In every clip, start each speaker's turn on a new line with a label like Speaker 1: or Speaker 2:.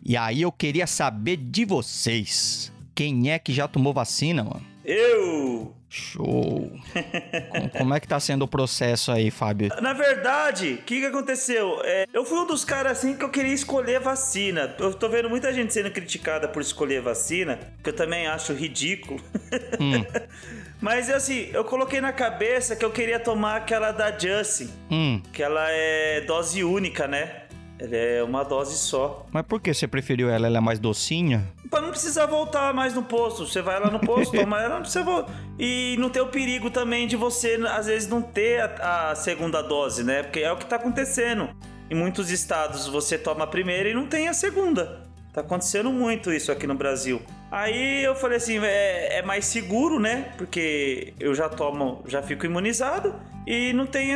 Speaker 1: E aí eu queria saber de vocês. Quem é que já tomou vacina, mano?
Speaker 2: Eu!
Speaker 1: Show! Como é que tá sendo o processo aí, Fábio?
Speaker 2: Na verdade, o que aconteceu? Eu fui um dos caras assim que eu queria escolher vacina. Eu tô vendo muita gente sendo criticada por escolher vacina, que eu também acho ridículo. Mas assim, eu coloquei na cabeça que eu queria tomar aquela da Janssen, que ela é dose única, né? Ela é uma dose só.
Speaker 1: Mas por que você preferiu ela? Ela é mais docinha?
Speaker 2: Pra não precisar voltar mais no posto. Você vai lá no posto, toma ela, não precisa voltar. E não ter o perigo também de você, às vezes, não ter a segunda dose, né? Porque é o que tá acontecendo. Em muitos estados, você toma a primeira e não tem a segunda. Tá acontecendo muito isso aqui no Brasil. Aí eu falei assim, é mais seguro, né? Porque eu já fico imunizado e não tem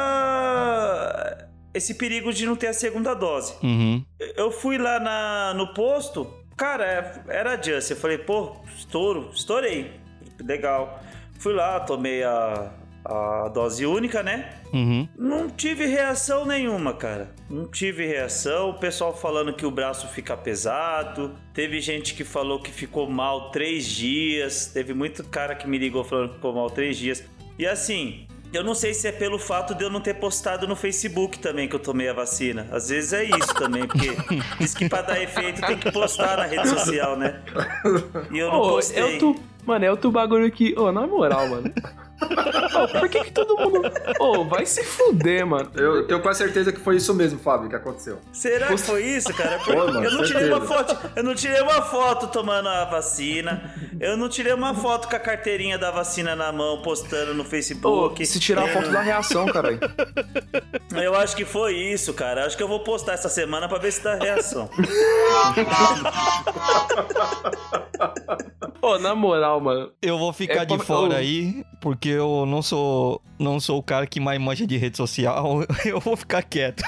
Speaker 2: esse perigo de não ter a segunda dose. Eu fui lá no posto, cara, era a Janssen. Eu falei, pô, estourei. Legal. Fui lá, tomei a dose única, né? Não tive reação nenhuma, cara. Não tive reação. O pessoal falando que o braço fica pesado. Teve gente que falou que ficou mal 3 dias. Teve muito cara que me ligou falando que ficou mal 3 dias. E assim... Eu não sei se é pelo fato de eu não ter postado no Facebook também que eu tomei a vacina. Às vezes é isso também, porque diz que pra dar efeito tem que postar na rede social, né? E eu não postei.
Speaker 3: Mano, é outro bagulho que... na moral, mano. Por que todo mundo... vai se fuder, mano.
Speaker 4: Eu tenho quase certeza que foi isso mesmo, Fábio, que aconteceu.
Speaker 2: Será que foi isso, cara?
Speaker 4: Mano,
Speaker 2: eu não tirei uma foto tomando a vacina. Eu não tirei uma foto com a carteirinha da vacina na mão, postando no Facebook.
Speaker 3: Se tirar a foto da reação, caralho.
Speaker 2: Eu acho que foi isso, cara. Acho que eu vou postar essa semana pra ver se dá reação.
Speaker 3: Na moral, mano.
Speaker 1: Eu vou ficar de fora aí, porque eu não sou o cara que mais manja de rede social. Eu vou ficar quieto.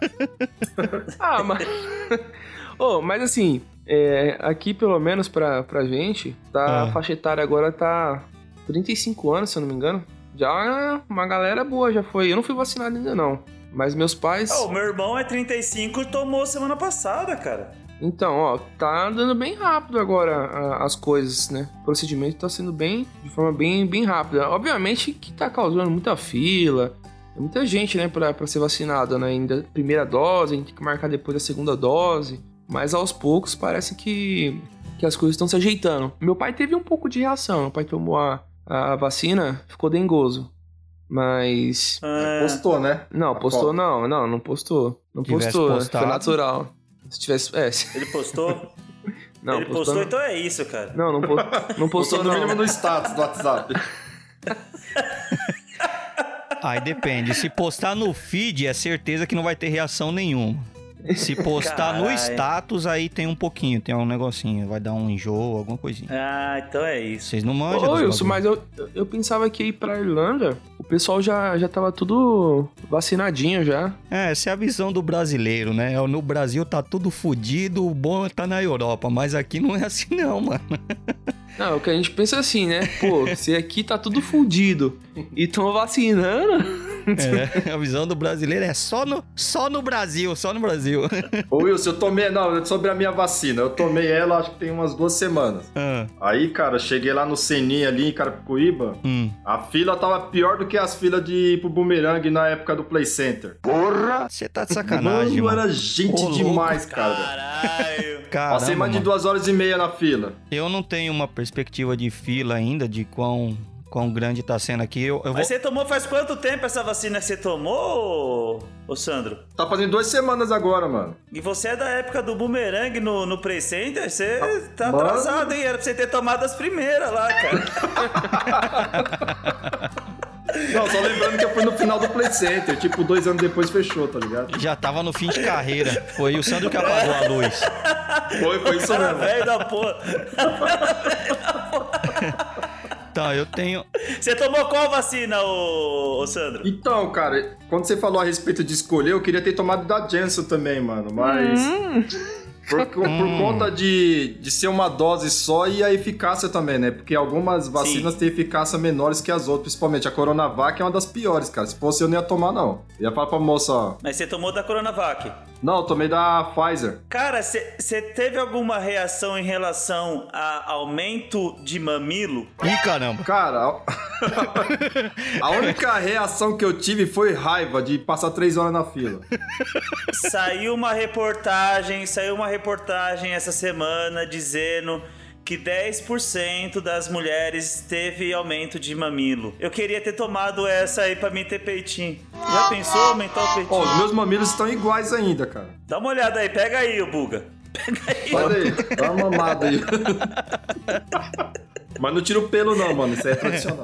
Speaker 3: Mas assim, aqui pelo menos pra gente, a faixa etária agora tá 35 anos, se eu não me engano. Já uma galera boa já foi. Eu não fui vacinado ainda não, mas meus pais...
Speaker 2: meu irmão é 35 e tomou semana passada, cara.
Speaker 3: Então, tá andando bem rápido agora as coisas, né? O procedimento tá sendo de forma bem rápida. Obviamente que tá causando muita fila, muita gente, né, pra ser vacinada, né? Ainda primeira dose, a gente tem que marcar depois a segunda dose. Mas aos poucos parece que as coisas estão se ajeitando. Meu pai teve um pouco de reação. Meu pai tomou a vacina, ficou dengoso. Mas...
Speaker 4: Postou, né?
Speaker 3: Não, postou não. Não postou. Não postou, foi natural. Se tivesse...
Speaker 2: Ele postou?
Speaker 3: Não,
Speaker 2: ele postou, então é isso, cara.
Speaker 3: Não postou
Speaker 4: no mínimo no status do WhatsApp.
Speaker 1: Aí depende. Se postar no feed, é certeza que não vai ter reação nenhuma. Se postar no status, aí tem um pouquinho, tem um negocinho. Vai dar um enjoo, alguma coisinha.
Speaker 2: Então é isso.
Speaker 1: Vocês não manjam.
Speaker 3: Wilson, mas eu pensava que ir pra Irlanda, o pessoal já tava tudo vacinadinho já.
Speaker 1: Essa é a visão do brasileiro, né? No Brasil tá tudo fudido, o bom é tá na Europa. Mas aqui não é assim não, mano.
Speaker 3: Não, o que a gente pensa assim, né? Pô, se aqui tá tudo fudido e tão vacinando...
Speaker 1: A visão do brasileiro é só no Brasil, só no Brasil.
Speaker 4: Ô Wilson, eu tomei... Não, sobre a minha vacina. Eu tomei ela, acho que tem umas 2 semanas. Aí, cara, cheguei lá no Senin ali em Carapicuíba. A fila tava pior do que as filas de ir pro Boomerang na época do Play Center.
Speaker 1: Porra! Você tá de sacanagem, mano.
Speaker 4: Era gente demais, cara.
Speaker 2: Caralho.
Speaker 4: Passei mais de 2 horas e meia na fila.
Speaker 1: Eu não tenho uma perspectiva de fila ainda, de quão grande tá sendo aqui.
Speaker 2: Mas você tomou faz quanto tempo essa vacina que você tomou, ô Sandro?
Speaker 4: Tá fazendo 2 semanas agora, mano.
Speaker 2: E você é da época do Boomerang no Play Center? Você tá atrasado, hein? Era pra você ter tomado as primeiras lá, cara.
Speaker 4: Não, só lembrando que eu fui no final do Play Center. Tipo, 2 anos depois fechou, tá ligado?
Speaker 1: Já tava no fim de carreira. Foi o Sandro que apagou a luz.
Speaker 4: Foi isso mesmo.
Speaker 2: Velho da porra.
Speaker 1: Então, eu tenho...
Speaker 2: Você tomou qual vacina, ô Sandro?
Speaker 4: Então, cara, quando você falou a respeito de escolher, eu queria ter tomado da Janssen também, mano. Mas... Por conta de ser uma dose só e a eficácia também, né? Porque algumas vacinas têm eficácia menores que as outras, principalmente a Coronavac é uma das piores, cara. Se fosse eu não ia tomar, não. Eu ia falar pra moça, ó...
Speaker 2: Mas você tomou da Coronavac?
Speaker 4: Não, eu tomei da Pfizer.
Speaker 2: Cara, você teve alguma reação em relação a aumento de mamilo?
Speaker 1: Ih, caramba.
Speaker 4: Cara, a única reação que eu tive foi raiva de passar 3 horas na fila.
Speaker 2: Saiu uma reportagem essa semana dizendo que 10% das mulheres teve aumento de mamilo. Eu queria ter tomado essa aí pra mim ter peitinho. Já pensou aumentar o peitinho?
Speaker 4: Os meus mamilos estão iguais ainda, cara.
Speaker 2: Dá uma olhada aí, pega aí, ô Buga. Pega aí.
Speaker 4: Olha aí, dá uma mamada aí. Mas não tira o pelo não, mano, isso aí é tradicional.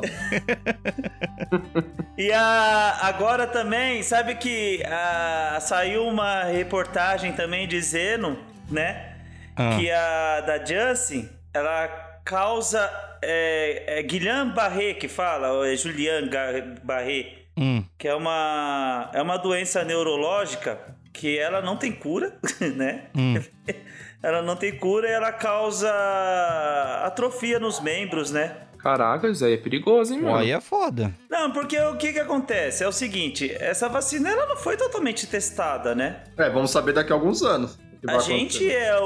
Speaker 2: E agora também, sabe que saiu uma reportagem também dizendo, né, que a da Janssen, ela causa Guillain Barré, que fala, ou é Julian Barré, que é uma doença neurológica que ela não tem cura, né? Ela não tem cura e ela causa atrofia nos membros, né?
Speaker 3: Caraca, isso aí é perigoso, hein, mano?
Speaker 1: Aí é foda.
Speaker 2: Não, porque o que acontece? É o seguinte, essa vacina ela não foi totalmente testada, né?
Speaker 4: Vamos saber daqui a alguns anos.
Speaker 2: A gente é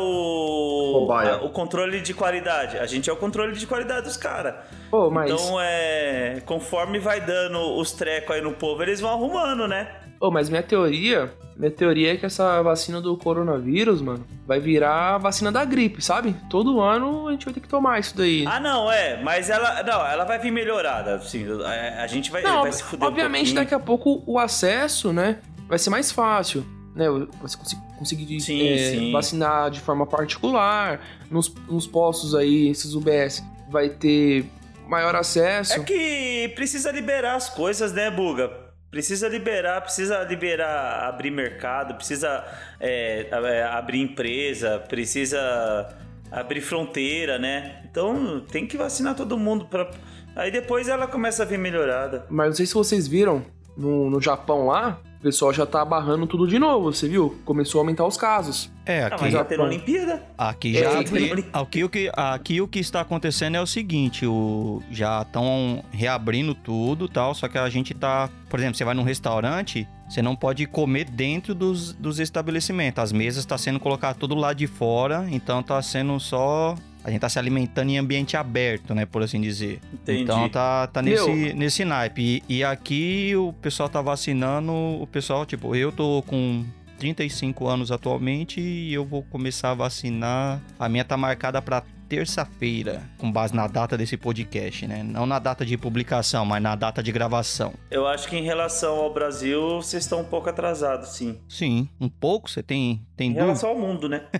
Speaker 2: o controle de qualidade. A gente é o controle de qualidade dos caras.
Speaker 3: Mas...
Speaker 2: Então, conforme vai dando os trecos aí no povo, eles vão arrumando, né?
Speaker 3: Mas minha teoria é que essa vacina do coronavírus, mano, vai virar a vacina da gripe, sabe? Todo ano a gente vai ter que tomar isso daí.
Speaker 2: Ah, não, mas ela vai vir melhorada, assim, a gente vai se fuder
Speaker 3: obviamente, daqui a pouco o acesso, né, vai ser mais fácil, né? Você conseguir vacinar de forma particular, nos postos aí, esses UBS, vai ter maior acesso.
Speaker 2: É que precisa liberar as coisas, né, Buga? Precisa liberar, abrir mercado, precisa abrir empresa, precisa abrir fronteira, né? Então tem que vacinar todo mundo. Aí depois ela começa a vir melhorada.
Speaker 3: Mas não sei se vocês viram, no Japão lá, o pessoal já tá barrando tudo de novo, você viu? Começou a aumentar os casos.
Speaker 2: Aqui mas já tem Olimpíada.
Speaker 1: Aqui já aqui o que está acontecendo é o seguinte, já estão reabrindo tudo e tal, só que a gente tá, por exemplo, você vai num restaurante, você não pode comer dentro dos estabelecimentos. As mesas estão sendo colocadas todo lado de fora, então tá sendo só... A gente tá se alimentando em ambiente aberto, né, por assim dizer.
Speaker 2: Entendi.
Speaker 1: Então tá nesse naipe. E aqui o pessoal tá vacinando, o pessoal, tipo, eu tô com 35 anos atualmente e eu vou começar a vacinar. A minha tá marcada pra terça-feira, com base na data desse podcast, né? Não na data de publicação, mas na data de gravação.
Speaker 2: Eu acho que em relação ao Brasil, vocês estão um pouco atrasados, sim.
Speaker 1: Sim, um pouco, você tem
Speaker 2: em relação ao mundo, né?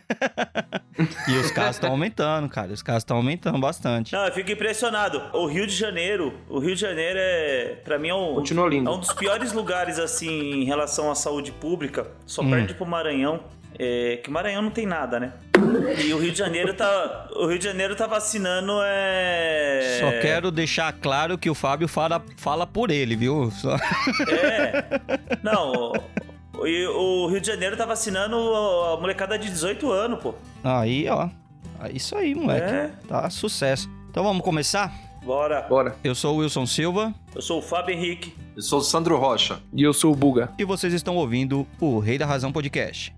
Speaker 1: E os casos estão aumentando, cara. Os casos estão aumentando bastante.
Speaker 2: Não, eu fico impressionado. O Rio de Janeiro pra mim
Speaker 3: continua lindo.
Speaker 2: É um dos piores lugares, assim, em relação à saúde pública. Só perde pro Maranhão. Que o Maranhão não tem nada, né? E o Rio de Janeiro tá vacinando.
Speaker 1: Só quero deixar claro que o Fábio fala por ele, viu?
Speaker 2: Não, o Rio de Janeiro tá vacinando a molecada de 18 anos, pô.
Speaker 1: Aí, ó. É isso aí, moleque. Tá sucesso. Então vamos começar?
Speaker 2: Bora.
Speaker 1: Eu sou o Wilson Silva.
Speaker 2: Eu sou o Fábio Henrique.
Speaker 4: Eu sou o Sandro Rocha.
Speaker 3: E eu sou o Buga.
Speaker 1: E vocês estão ouvindo o Rei da Razão Podcast.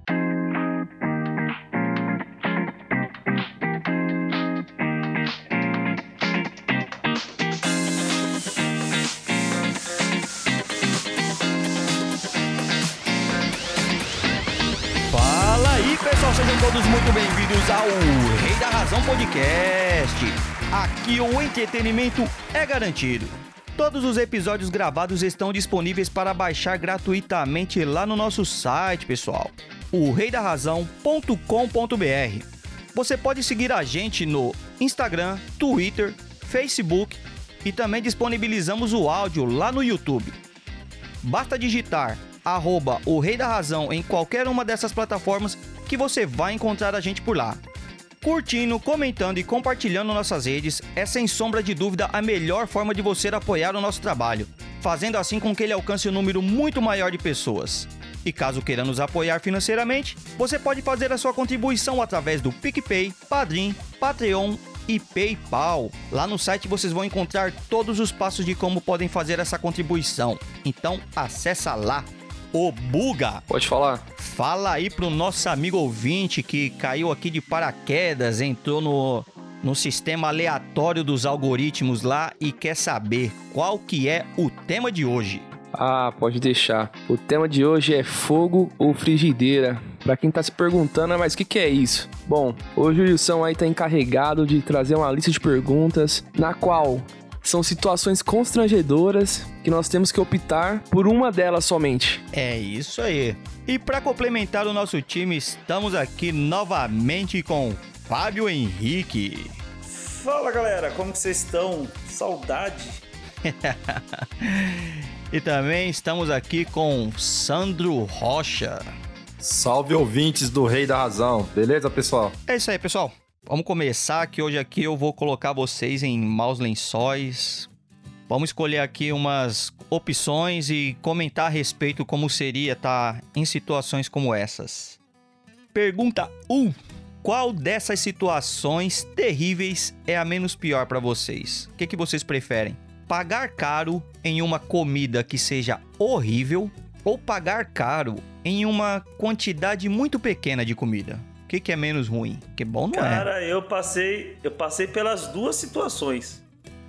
Speaker 1: Pessoal, sejam todos muito bem-vindos ao Rei da Razão Podcast. Aqui o entretenimento é garantido. Todos os episódios gravados estão disponíveis para baixar gratuitamente lá no nosso site, pessoal, o reidarrazão.com.br. Você pode seguir a gente no Instagram, Twitter, Facebook e também disponibilizamos o áudio lá no YouTube. Basta digitar @o Rei da Razão em qualquer uma dessas plataformas que você vai encontrar a gente por lá. Curtindo, comentando e compartilhando nossas redes é sem sombra de dúvida a melhor forma de você apoiar o nosso trabalho, fazendo assim com que ele alcance um número muito maior de pessoas. E caso queira nos apoiar financeiramente, você pode fazer a sua contribuição através do PicPay, Padrim, Patreon e PayPal. Lá no site vocês vão encontrar todos os passos de como podem fazer essa contribuição. Então, acessa lá. Ô, Buga,
Speaker 3: Pode falar.
Speaker 1: fala aí pro nosso amigo ouvinte que caiu aqui de paraquedas, entrou no sistema aleatório dos algoritmos lá e quer saber qual que é o tema de hoje.
Speaker 3: Ah, pode deixar. O tema de hoje é fogo ou frigideira. Pra quem tá se perguntando, mas o que é isso? Bom, hoje o Wilson aí tá encarregado de trazer uma lista de perguntas na qual são situações constrangedoras que nós temos que optar por uma delas somente.
Speaker 1: É isso aí. E para complementar o nosso time, estamos aqui novamente com Fábio Henrique.
Speaker 2: Fala, galera, como que vocês estão? Saudade.
Speaker 1: E também estamos aqui com Sandro Rocha.
Speaker 4: Salve ouvintes do Rei da Razão, beleza, pessoal?
Speaker 1: É isso aí, pessoal. Vamos começar, que hoje aqui eu vou colocar vocês em maus lençóis. Vamos escolher aqui umas opções e comentar a respeito como seria estar em situações como essas. Pergunta 1. Qual dessas situações terríveis é a menos pior para vocês? O que vocês preferem? Pagar caro em uma comida que seja horrível ou pagar caro em uma quantidade muito pequena de comida? O que é menos ruim? Que bom não é.
Speaker 2: Cara, eu passei pelas duas situações.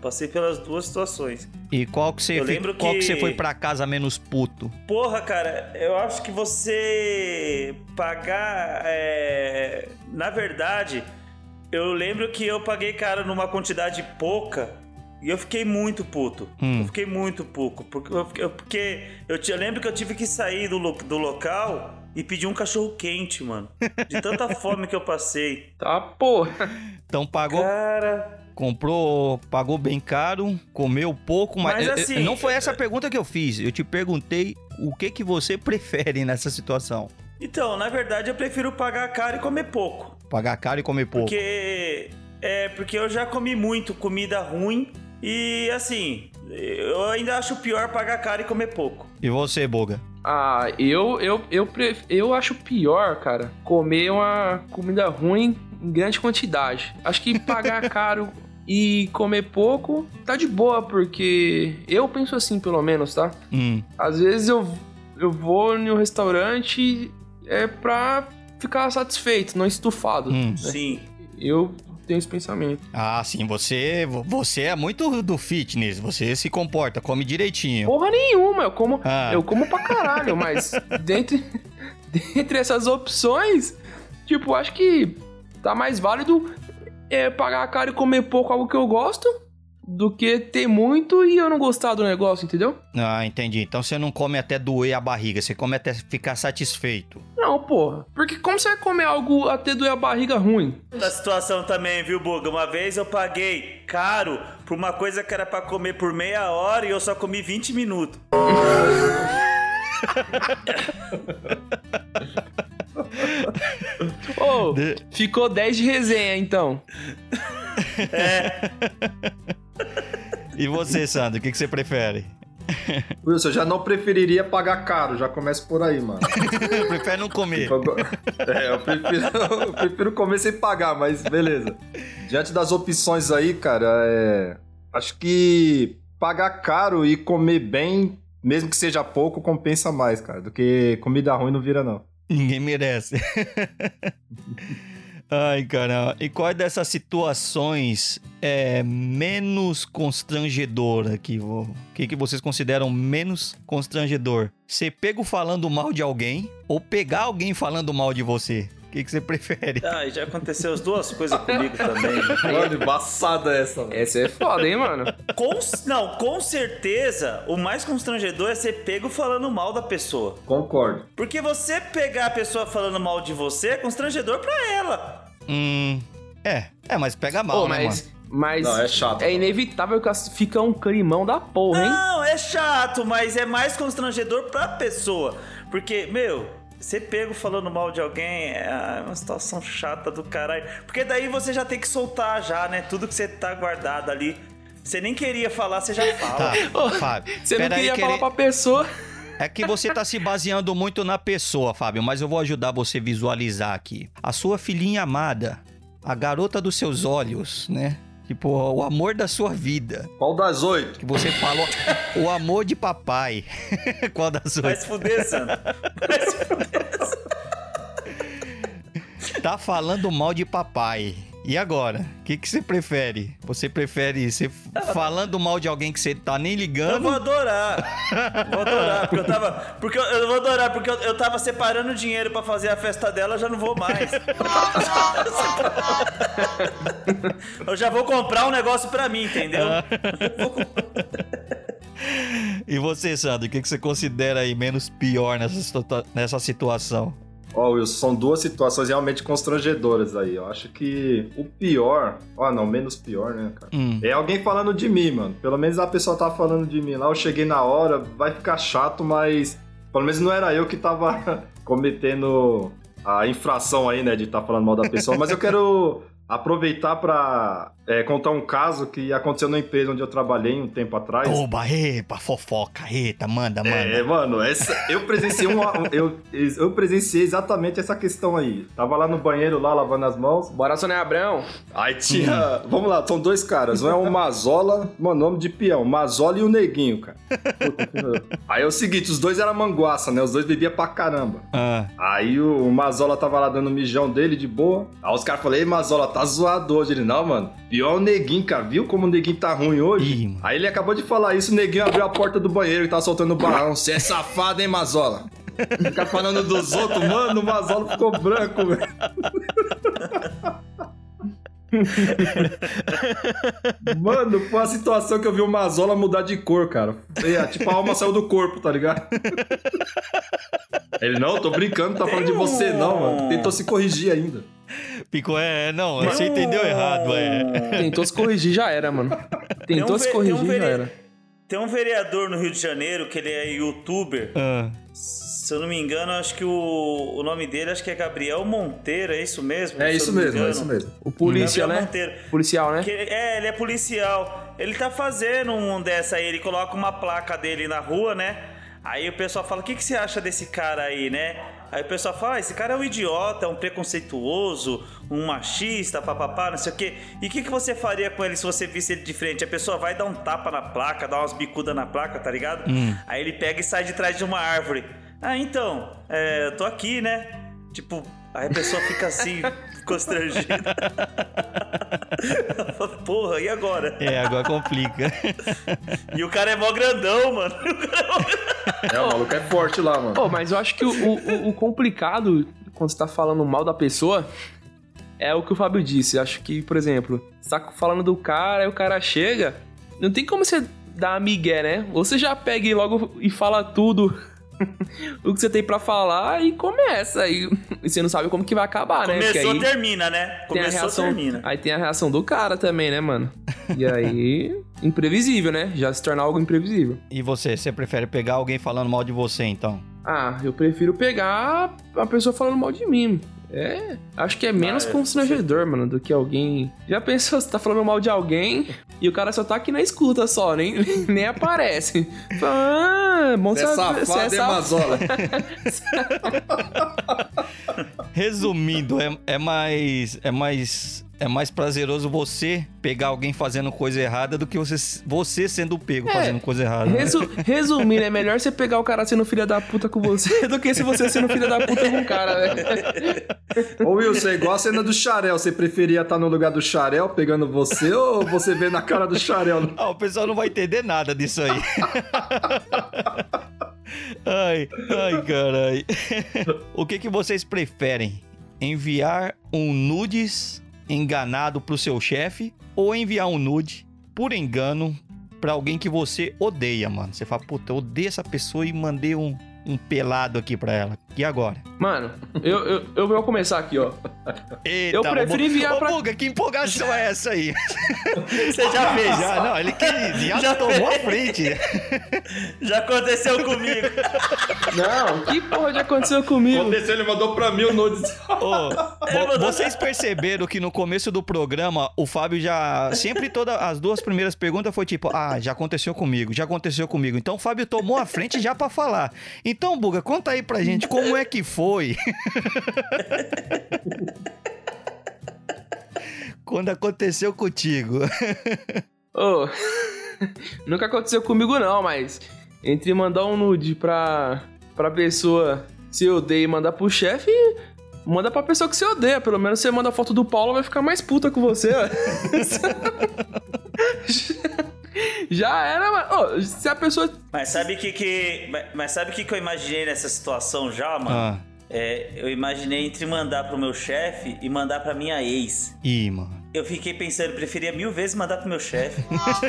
Speaker 1: E qual que você foi pra casa menos puto?
Speaker 2: Porra, cara, eu acho que você pagar... Na verdade, eu lembro que eu paguei caro numa quantidade pouca e eu fiquei muito puto. Eu fiquei muito puto. Porque eu lembro que eu tive que sair do local e pedir um cachorro quente, mano. De tanta fome que eu passei.
Speaker 3: Tá, porra.
Speaker 1: Então pagou...
Speaker 2: Cara...
Speaker 1: Pagou bem caro, comeu pouco, mas
Speaker 2: assim,
Speaker 1: não foi essa a pergunta que eu fiz. Eu te perguntei o que você prefere nessa situação.
Speaker 2: Então, na verdade, eu prefiro pagar caro e comer pouco.
Speaker 1: Pagar caro e comer pouco.
Speaker 2: Porque eu já comi muito comida ruim e, assim, eu ainda acho pior pagar caro e comer pouco.
Speaker 1: E você, Boga?
Speaker 3: Ah, eu acho pior, cara, comer uma comida ruim em grande quantidade. Acho que pagar caro e comer pouco tá de boa, porque eu penso assim, pelo menos, tá? Às vezes eu vou em um restaurante pra ficar satisfeito, não estufado. Né?
Speaker 2: Sim.
Speaker 3: Eu tenho esse pensamento.
Speaker 1: Ah, sim, você é muito do fitness, você se comporta, come direitinho.
Speaker 3: Porra nenhuma, eu como pra caralho, mas dentre essas opções, tipo, acho que tá mais válido pagar caro e comer pouco, algo que eu gosto, do que ter muito e eu não gostar do negócio, entendeu?
Speaker 1: Ah, entendi. Então você não come até doer a barriga, você come até ficar satisfeito.
Speaker 3: Não, porra. Porque como você vai comer algo até doer a barriga ruim?
Speaker 2: Outra situação também, viu, Buga? Uma vez eu paguei caro por uma coisa que era pra comer por meia hora e eu só comi 20 minutos.
Speaker 3: Ficou 10 de resenha, então.
Speaker 1: E você, Sandro, o que você prefere?
Speaker 4: Wilson, eu já não preferiria pagar caro, já começa por aí, mano.
Speaker 1: Eu prefiro não comer.
Speaker 4: Eu prefiro comer sem pagar, mas beleza. Diante das opções aí, cara, acho que pagar caro e comer bem, mesmo que seja pouco, compensa mais, cara, do que comida ruim não vira, não.
Speaker 1: Ninguém merece. Ai, caramba. E qual dessas situações é menos constrangedora aqui? O que vocês consideram menos constrangedor? Ser pego falando mal de alguém ou pegar alguém falando mal de você? O que você prefere?
Speaker 2: Ah, já aconteceu as duas coisas comigo também.
Speaker 4: Mano, embaçada essa. Mano.
Speaker 3: Essa é foda, hein, mano?
Speaker 2: Com certeza, o mais constrangedor é ser pego falando mal da pessoa.
Speaker 4: Concordo.
Speaker 2: Porque você pegar a pessoa falando mal de você é constrangedor pra ela.
Speaker 1: Mas pega mal, né, mano?
Speaker 3: Mas
Speaker 4: não, é chato.
Speaker 3: É inevitável que fica um climão da porra, hein?
Speaker 2: Não, é chato, mas é mais constrangedor pra pessoa. Porque, ser pego falando mal de alguém é uma situação chata do caralho. Porque daí você já tem que soltar já, né? Tudo que você tá guardado ali. Você nem queria falar, você já fala.
Speaker 1: Tá, Fábio.
Speaker 3: Você não queria falar pra pessoa.
Speaker 1: É que você tá se baseando muito na pessoa, Fábio, mas eu vou ajudar você a visualizar aqui. A sua filhinha amada, a garota dos seus olhos, né? Tipo, o amor da sua vida.
Speaker 4: Qual das 8?
Speaker 1: Que você falou, o amor de papai. Qual das 8?
Speaker 2: Vai se fuder, Sandro. Vai se fuder.
Speaker 1: Tá falando mal de papai. E agora? O que você prefere? Você prefere ser falando mal de alguém que você tá nem ligando?
Speaker 2: Eu vou adorar. Porque eu tava separando dinheiro pra fazer a festa dela, eu já não vou mais. Eu já vou comprar um negócio pra mim, entendeu?
Speaker 1: E você, Sandro, o que você considera aí menos pior nessa situação?
Speaker 4: Wilson, são duas situações realmente constrangedoras aí. Eu acho que o pior... menos pior, né, cara? É alguém falando de mim, mano. Pelo menos a pessoa tava falando de mim lá, eu cheguei na hora, vai ficar chato, mas... Pelo menos não era eu que tava cometendo a infração aí, né, de estar falando mal da pessoa. Mas eu quero aproveitar pra contar um caso que aconteceu na empresa onde eu trabalhei um tempo atrás.
Speaker 1: Oba, epa, fofoca, eita, manda.
Speaker 4: Mano, eu presenciei eu presenciei exatamente essa questão aí. Tava lá no banheiro, lá, lavando as mãos.
Speaker 3: Bora, Sônia Abrão.
Speaker 4: Aí tinha... Vamos lá, são dois caras. Um é o Mazola, mano, nome de peão. Mazola e o Neguinho, cara. Aí é o seguinte, os dois eram manguaça, né? Os dois bebiam pra caramba. Aí o Mazola tava lá dando o mijão dele, de boa. Aí os caras falaram, ei, Mazola, tá zoado hoje. Ele, não, mano. Pior o Neguinho, cara. Viu como o Neguinho tá ruim hoje? Aí ele acabou de falar isso, o Neguinho abriu a porta do banheiro e tava soltando o balão. Você é safado, hein, Mazola? Fica falando dos outros, mano, o Mazola ficou branco, velho. Mano, foi a situação que eu vi o Mazola mudar de cor, cara. Tipo, a alma saiu do corpo, tá ligado? Ele, não, tô brincando, tá falando de você não, mano. Tentou se corrigir ainda.
Speaker 1: Pico, não, você entendeu errado,
Speaker 3: Tentou se corrigir, já era, mano. Tentou se corrigir, já era.
Speaker 2: Tem um vereador no Rio de Janeiro que ele é youtuber. Se eu não me engano, acho que o nome dele acho que é Gabriel Monteiro, é isso mesmo?
Speaker 4: É isso mesmo.
Speaker 3: O polícia, né?
Speaker 2: Monteiro.
Speaker 3: Policial, né?
Speaker 2: Ele é policial. Ele tá fazendo um dessa aí, ele coloca uma placa dele na rua, né? Aí o pessoal fala, o que você acha desse cara aí, né? Aí o pessoal fala, esse cara é um idiota, é um preconceituoso, um machista, papapá, não sei o quê. E o que você faria com ele se você visse ele de frente? A pessoa vai dar um tapa na placa, dar umas bicudas na placa, tá ligado? Aí ele pega e sai de trás de uma árvore. Então, eu tô aqui, né? Tipo, aí a pessoa fica assim, constrangida. Porra, e agora?
Speaker 1: Agora complica.
Speaker 2: E o cara é mó grandão, mano.
Speaker 4: O maluco é forte lá, mano.
Speaker 3: Mas eu acho que o complicado, quando você tá falando mal da pessoa, é o que o Fábio disse. Eu acho que, por exemplo, você tá falando do cara, aí o cara chega, não tem como você dar migué, né? Ou você já pega e logo e fala tudo... o que você tem pra falar e começa. E você não sabe como que vai acabar, né?
Speaker 2: Começou, aí termina, né? Termina.
Speaker 3: Aí tem a reação do cara também, né, mano? E aí, imprevisível, né? Já se torna algo imprevisível.
Speaker 1: E você prefere pegar alguém falando mal de você, então?
Speaker 3: Eu prefiro pegar a pessoa falando mal de mim. Acho que é menos constrangedor, mano, do que alguém... Já pensou, você tá falando mal de alguém e o cara só tá aqui na escuta só, nem aparece. Bom
Speaker 4: você é safado, hein, Mazola?
Speaker 1: Resumindo, é mais prazeroso você pegar alguém fazendo coisa errada do que você sendo pego fazendo coisa errada.
Speaker 3: Resumindo, é melhor você pegar o cara sendo filha da puta com você do que se você sendo filha da puta com o cara, velho.
Speaker 4: Ô Wilson, é igual a cena do Xarel. Você preferia estar no lugar do Xarel pegando você ou você vê na cara do Xarel?
Speaker 1: O pessoal não vai entender nada disso aí. Ai, caralho. O que vocês preferem? Enviar um nudes enganado pro seu chefe ou enviar um nude por engano pra alguém que você odeia, mano? Você fala, puta, eu odeio essa pessoa e mandei um pelado aqui pra ela. E agora?
Speaker 3: Mano, eu vou começar aqui, ó.
Speaker 1: Eita,
Speaker 3: eu prefiro enviar pra...
Speaker 1: Buga, que empolgação é essa aí? Você já fez? Não, ele já tomou a frente.
Speaker 2: Já aconteceu comigo.
Speaker 3: Não, que porra já aconteceu comigo?
Speaker 4: Aconteceu, ele mandou pra mim o nude.
Speaker 1: Vocês perceberam que no começo do programa, o Fábio já... Sempre as duas primeiras perguntas foi tipo, já aconteceu comigo. Então o Fábio tomou a frente já pra falar. Então, Buga, conta aí pra gente como é que foi. Quando aconteceu contigo.
Speaker 3: Ô, nunca aconteceu comigo não, mas entre mandar um nude pra pessoa que você odeia e mandar pro chefe, manda pra pessoa que você odeia. Pelo menos você manda a foto do Paulo, vai ficar mais puta com você, ó. Já era, mano. Oh, se a pessoa...
Speaker 2: Mas sabe o que eu imaginei nessa situação já, mano? Eu imaginei entre mandar pro meu chefe e mandar pra minha ex.
Speaker 1: Ih, mano.
Speaker 2: Eu fiquei pensando, preferia 1000 vezes mandar pro meu chefe.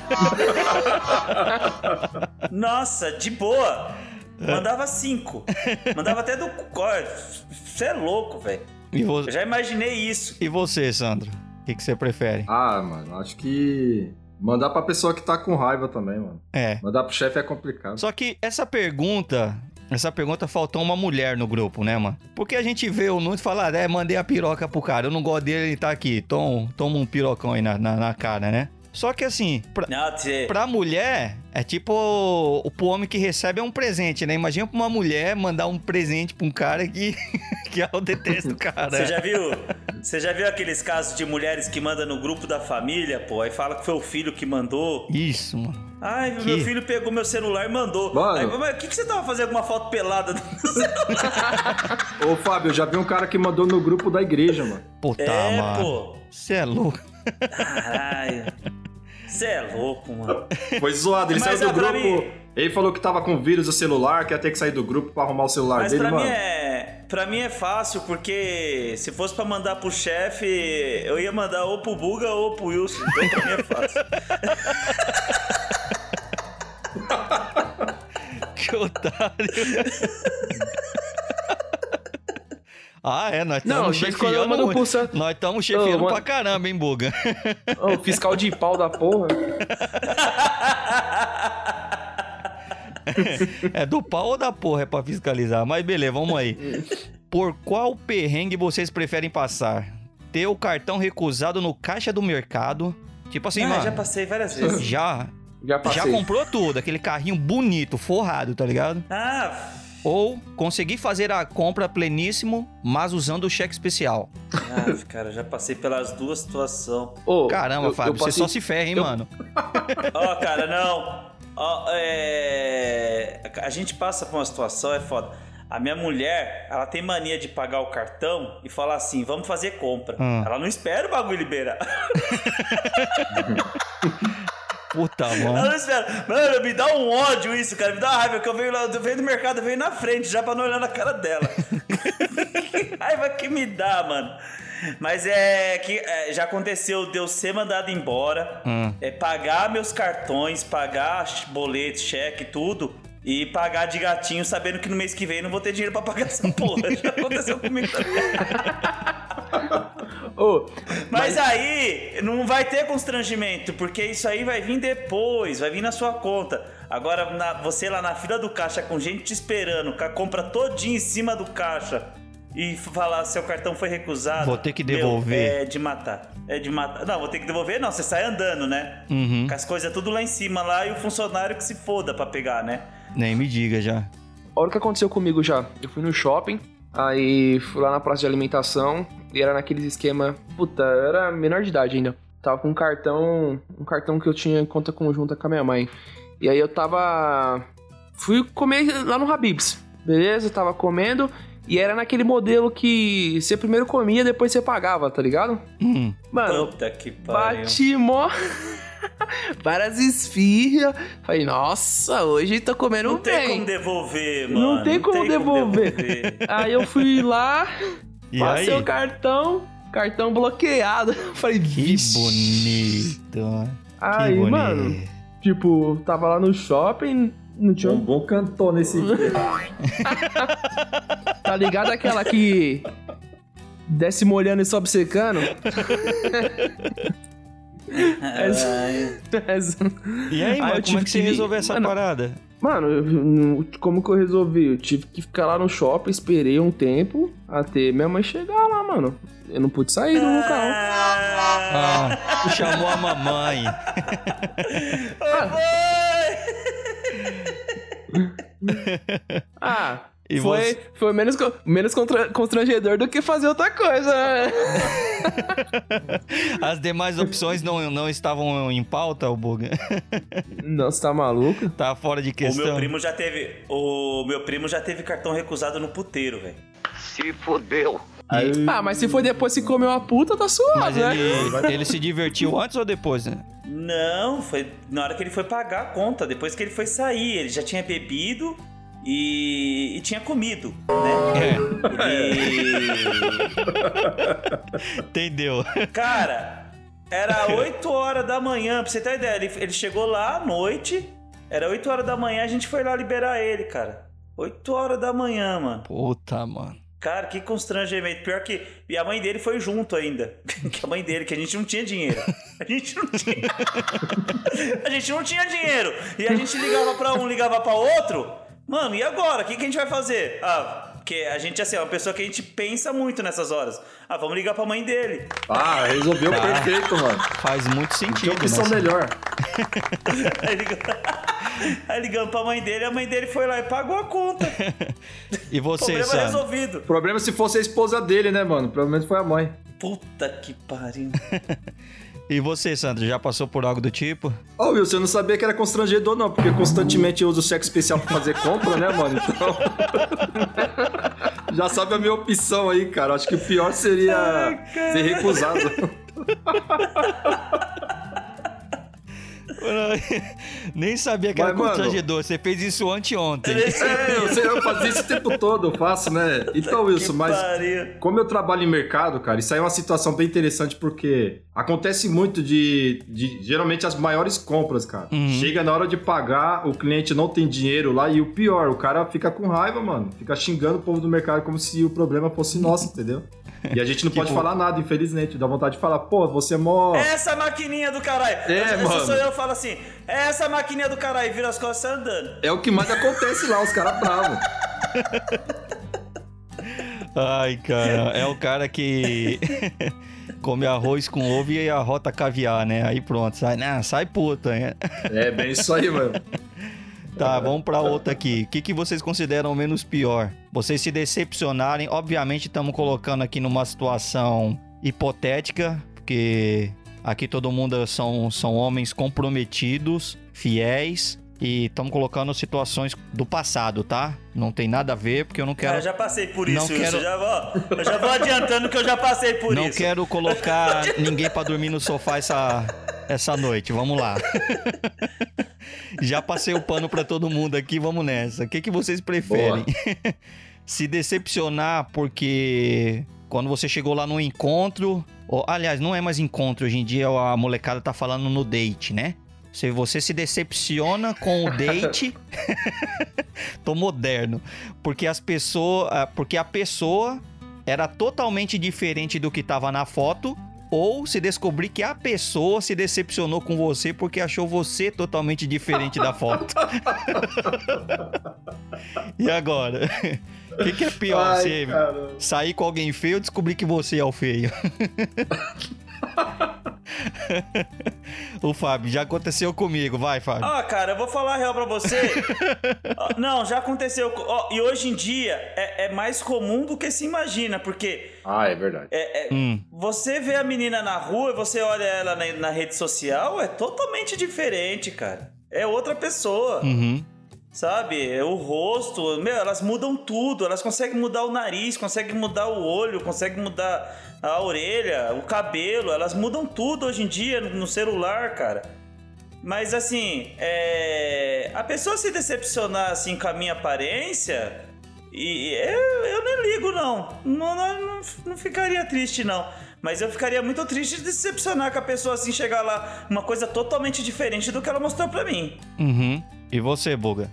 Speaker 2: Nossa, de boa. Mandava 5. Mandava até do... Você é louco, velho. Eu já imaginei isso.
Speaker 1: E você, Sandro? O que você prefere?
Speaker 4: Ah, mano, acho que... Mandar pra pessoa que tá com raiva também, mano. Mandar pro chefe é complicado.
Speaker 1: Só que essa pergunta faltou uma mulher no grupo, né, mano? Porque a gente vê o nude e fala, mandei a piroca pro cara, eu não gosto dele, ele tá aqui, toma um pirocão aí na cara, né? Só que assim, pra mulher, é tipo pro homem que recebe é um presente, né? Imagina pra uma mulher mandar um presente pra um cara que eu detesto o cara.
Speaker 2: Você já viu aqueles casos de mulheres que mandam no grupo da família, pô? Aí fala que foi o filho que mandou.
Speaker 1: Isso, mano.
Speaker 2: Ai, meu filho pegou meu celular e mandou.
Speaker 4: Mano.
Speaker 2: Aí, mas o que você tava fazendo com uma foto pelada no celular?
Speaker 4: Ô, Fábio, eu já vi um cara que mandou no grupo da igreja, mano.
Speaker 1: Puta, mano. Pô. Você é louco.
Speaker 2: Caralho. Você é louco, mano.
Speaker 4: Foi zoado, ele saiu do grupo. Ele falou que tava com vírus no celular, que ia ter que sair do grupo pra arrumar o celular dele, mano.
Speaker 2: Pra mim é fácil, porque se fosse pra mandar pro chefe, eu ia mandar ou pro Buga ou pro Wilson. Então pra mim é fácil.
Speaker 1: Que otário. Nós estamos chefiando. Nós estamos chefiando pra caramba, hein, Buga?
Speaker 3: Fiscal de pau da porra.
Speaker 1: É do pau ou da porra, é pra fiscalizar. Mas beleza, vamos aí. Por qual perrengue vocês preferem passar? Ter o cartão recusado no caixa do mercado? Tipo assim, mano.
Speaker 2: Já passei várias vezes.
Speaker 1: Já
Speaker 3: passei.
Speaker 1: Já comprou tudo, aquele carrinho bonito, forrado, tá ligado? Ou conseguir fazer a compra pleníssimo, mas usando o cheque especial.
Speaker 2: Cara, já passei pelas duas situações.
Speaker 1: Caramba, Fábio, você só se ferra, hein, mano?
Speaker 2: Cara, não. A gente passa por uma situação, é foda. A minha mulher, ela tem mania de pagar o cartão e falar assim, vamos fazer compra. Ela não espera o bagulho liberar.
Speaker 1: Puta, mano.
Speaker 2: Ela não espera. Mano, me dá um ódio isso, cara. Me dá uma raiva, que eu venho do mercado, eu venho na frente, já pra não olhar na cara dela. Que raiva que me dá, mano. Mas já aconteceu de eu ser mandado embora, pagar meus cartões, pagar boleto, cheque, tudo, e pagar de gatinho, sabendo que no mês que vem eu não vou ter dinheiro pra pagar essa porra. Já aconteceu comigo também. Mas aí não vai ter constrangimento, porque isso aí vai vir depois, vai vir na sua conta. Agora, você lá na fila do caixa com gente te esperando, com a compra todinha em cima do caixa, e falar seu cartão foi recusado.
Speaker 1: Vou ter que devolver.
Speaker 2: É de matar. Não, vou ter que devolver, não. Você sai andando, né? Com as coisas tudo lá em cima lá e o funcionário que se foda pra pegar, né?
Speaker 1: Nem me diga já.
Speaker 3: Olha o que aconteceu comigo já. Eu fui no shopping, aí fui lá na praça de alimentação e era naqueles esquema... Puta, eu era menor de idade ainda. Tava com um cartão que eu tinha em conta conjunta com a minha mãe. E aí eu fui comer lá no Habib's. Beleza? Tava comendo... E era naquele modelo que você primeiro comia, depois você pagava, tá ligado? Mano,
Speaker 2: puta que pariu.
Speaker 3: Bati mó... várias esfirras. Falei, nossa, hoje tô comendo bem.
Speaker 2: Não tem como devolver, mano.
Speaker 3: Não tem como devolver. Aí eu fui lá, passei o cartão bloqueado. Falei,
Speaker 1: que bonito.
Speaker 3: Aí, bonito. Mano, tipo, tava lá no shopping... Não tinha...
Speaker 4: Um bom cantor nesse dia.
Speaker 3: Tá ligado aquela que desce molhando e sobe secando?
Speaker 1: E aí, mano, como é que você resolveu essa parada?
Speaker 3: Mano, como que eu resolvi? Eu tive que ficar lá no shopping, esperei um tempo até minha mãe chegar lá, mano. Eu não pude sair do local.
Speaker 1: Tu chamou a mamãe.
Speaker 3: Foi menos constrangedor do que fazer outra coisa, né?
Speaker 1: As demais opções não estavam em pauta, o Buga?
Speaker 3: Não, você tá maluco?
Speaker 1: Tá fora de questão.
Speaker 2: O meu primo já teve cartão recusado no puteiro, velho.
Speaker 5: Se fodeu.
Speaker 3: Mas se foi depois que comeu a puta, tá suave,
Speaker 1: Mas
Speaker 3: né?
Speaker 1: ele se divertiu antes ou depois, né?
Speaker 2: Não, foi na hora que ele foi pagar a conta, depois que ele foi sair. Ele já tinha bebido e tinha comido, né?
Speaker 1: Entendeu?
Speaker 2: Cara, era 8 horas da manhã, pra você ter ideia. Ele chegou lá à noite, era 8 horas da manhã, a gente foi lá liberar ele, cara. 8 horas da manhã, mano.
Speaker 1: Puta, mano.
Speaker 2: Cara, que constrangimento. Pior que... E a mãe dele foi junto ainda. Que a mãe dele, que a gente não tinha dinheiro. A gente não tinha dinheiro. E a gente ligava pra um, ligava pra outro. Mano, e agora? O que a gente vai fazer? Porque a gente, assim, é uma pessoa que a gente pensa muito nessas horas. Vamos ligar pra mãe dele.
Speaker 4: Resolveu perfeito, mano.
Speaker 1: Faz muito sentido.
Speaker 4: Que opção melhor.
Speaker 2: Aí ligamos pra mãe dele, a mãe dele foi lá e pagou a conta.
Speaker 1: E você,
Speaker 2: Problema resolvido.
Speaker 4: O problema é se fosse a esposa dele, né, mano? Provavelmente foi a mãe.
Speaker 2: Puta que pariu.
Speaker 1: E você, Sandro, já passou por algo do tipo?
Speaker 4: Wilson, eu não sabia que era constrangedor, não, porque constantemente eu uso o cheque especial pra fazer compra, né, mano? Então. Já sabe a minha opção aí, cara. Acho que o pior seria ser recusado.
Speaker 1: Nem sabia que era constrangedor. Você fez isso anteontem.
Speaker 4: Eu fazia isso o tempo todo, eu faço, né? Então, Wilson, mas como eu trabalho em mercado, cara, isso aí é uma situação bem interessante porque acontece muito de geralmente as maiores compras, cara. Chega na hora de pagar, o cliente não tem dinheiro lá e o pior, o cara fica com raiva, mano. Fica xingando o povo do mercado como se o problema fosse nosso, entendeu? E a gente não pode falar nada, infelizmente. Dá vontade de falar, pô, você é mó...
Speaker 2: Essa maquininha do caralho.
Speaker 4: Mano.
Speaker 2: Sou eu falo assim, essa maquininha do caralho, vira as costas e sai andando.
Speaker 4: É o que mais acontece lá, os caras bravos.
Speaker 1: Ai, cara, é o cara que come arroz com ovo e arrota caviar, né? Aí pronto, sai puta, né?
Speaker 4: É bem isso aí, mano.
Speaker 1: Tá, vamos pra outra aqui. O que vocês consideram menos pior? Vocês se decepcionarem, obviamente estamos colocando aqui numa situação hipotética, porque aqui todo mundo são homens comprometidos, fiéis, e estamos colocando situações do passado, tá? Não tem nada a ver, porque eu não quero...
Speaker 2: Eu já passei por isso, eu já vou adiantando que eu já passei por isso.
Speaker 1: Não quero colocar ninguém pra dormir no sofá essa noite, vamos lá. Já passei o pano pra todo mundo aqui, vamos nessa. O que vocês preferem? Se decepcionar porque quando você chegou lá no encontro... aliás, não é mais encontro, hoje em dia a molecada tá falando no date, né? Se você se decepciona com o date... Tô moderno. Porque a pessoa era totalmente diferente do que tava na foto... Ou se descobrir que a pessoa se decepcionou com você porque achou você totalmente diferente da foto. E agora? O que é pior? Você sair com alguém feio ou descobrir que você é o feio? O Fábio, já aconteceu comigo. Vai, Fábio.
Speaker 2: Cara, eu vou falar a real pra você. Não, já aconteceu. E hoje em dia é mais comum do que se imagina, porque...
Speaker 4: é verdade.
Speaker 2: Você vê a menina na rua e você olha ela na rede social, é totalmente diferente, cara. É outra pessoa. Sabe? O rosto, elas mudam tudo. Elas conseguem mudar o nariz, conseguem mudar o olho, conseguem mudar a orelha, o cabelo. Elas mudam tudo hoje em dia no celular, cara. Mas assim, a pessoa se decepcionar assim com a minha aparência, eu nem ligo, não. Não ficaria triste, não. Mas eu ficaria muito triste de decepcionar com a pessoa assim, chegar lá, uma coisa totalmente diferente do que ela mostrou pra mim.
Speaker 1: E você, Buga?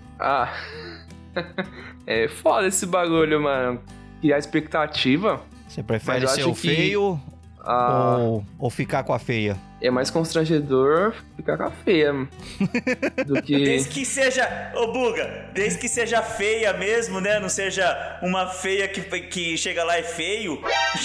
Speaker 3: É foda esse bagulho, mano. Criar expectativa.
Speaker 1: Você prefere ser o feio ou ficar com a feia?
Speaker 3: É mais constrangedor ficar com a feia do que...
Speaker 2: Desde que seja... Buga, desde que seja feia mesmo, né? Não seja uma feia que chega lá e é feio.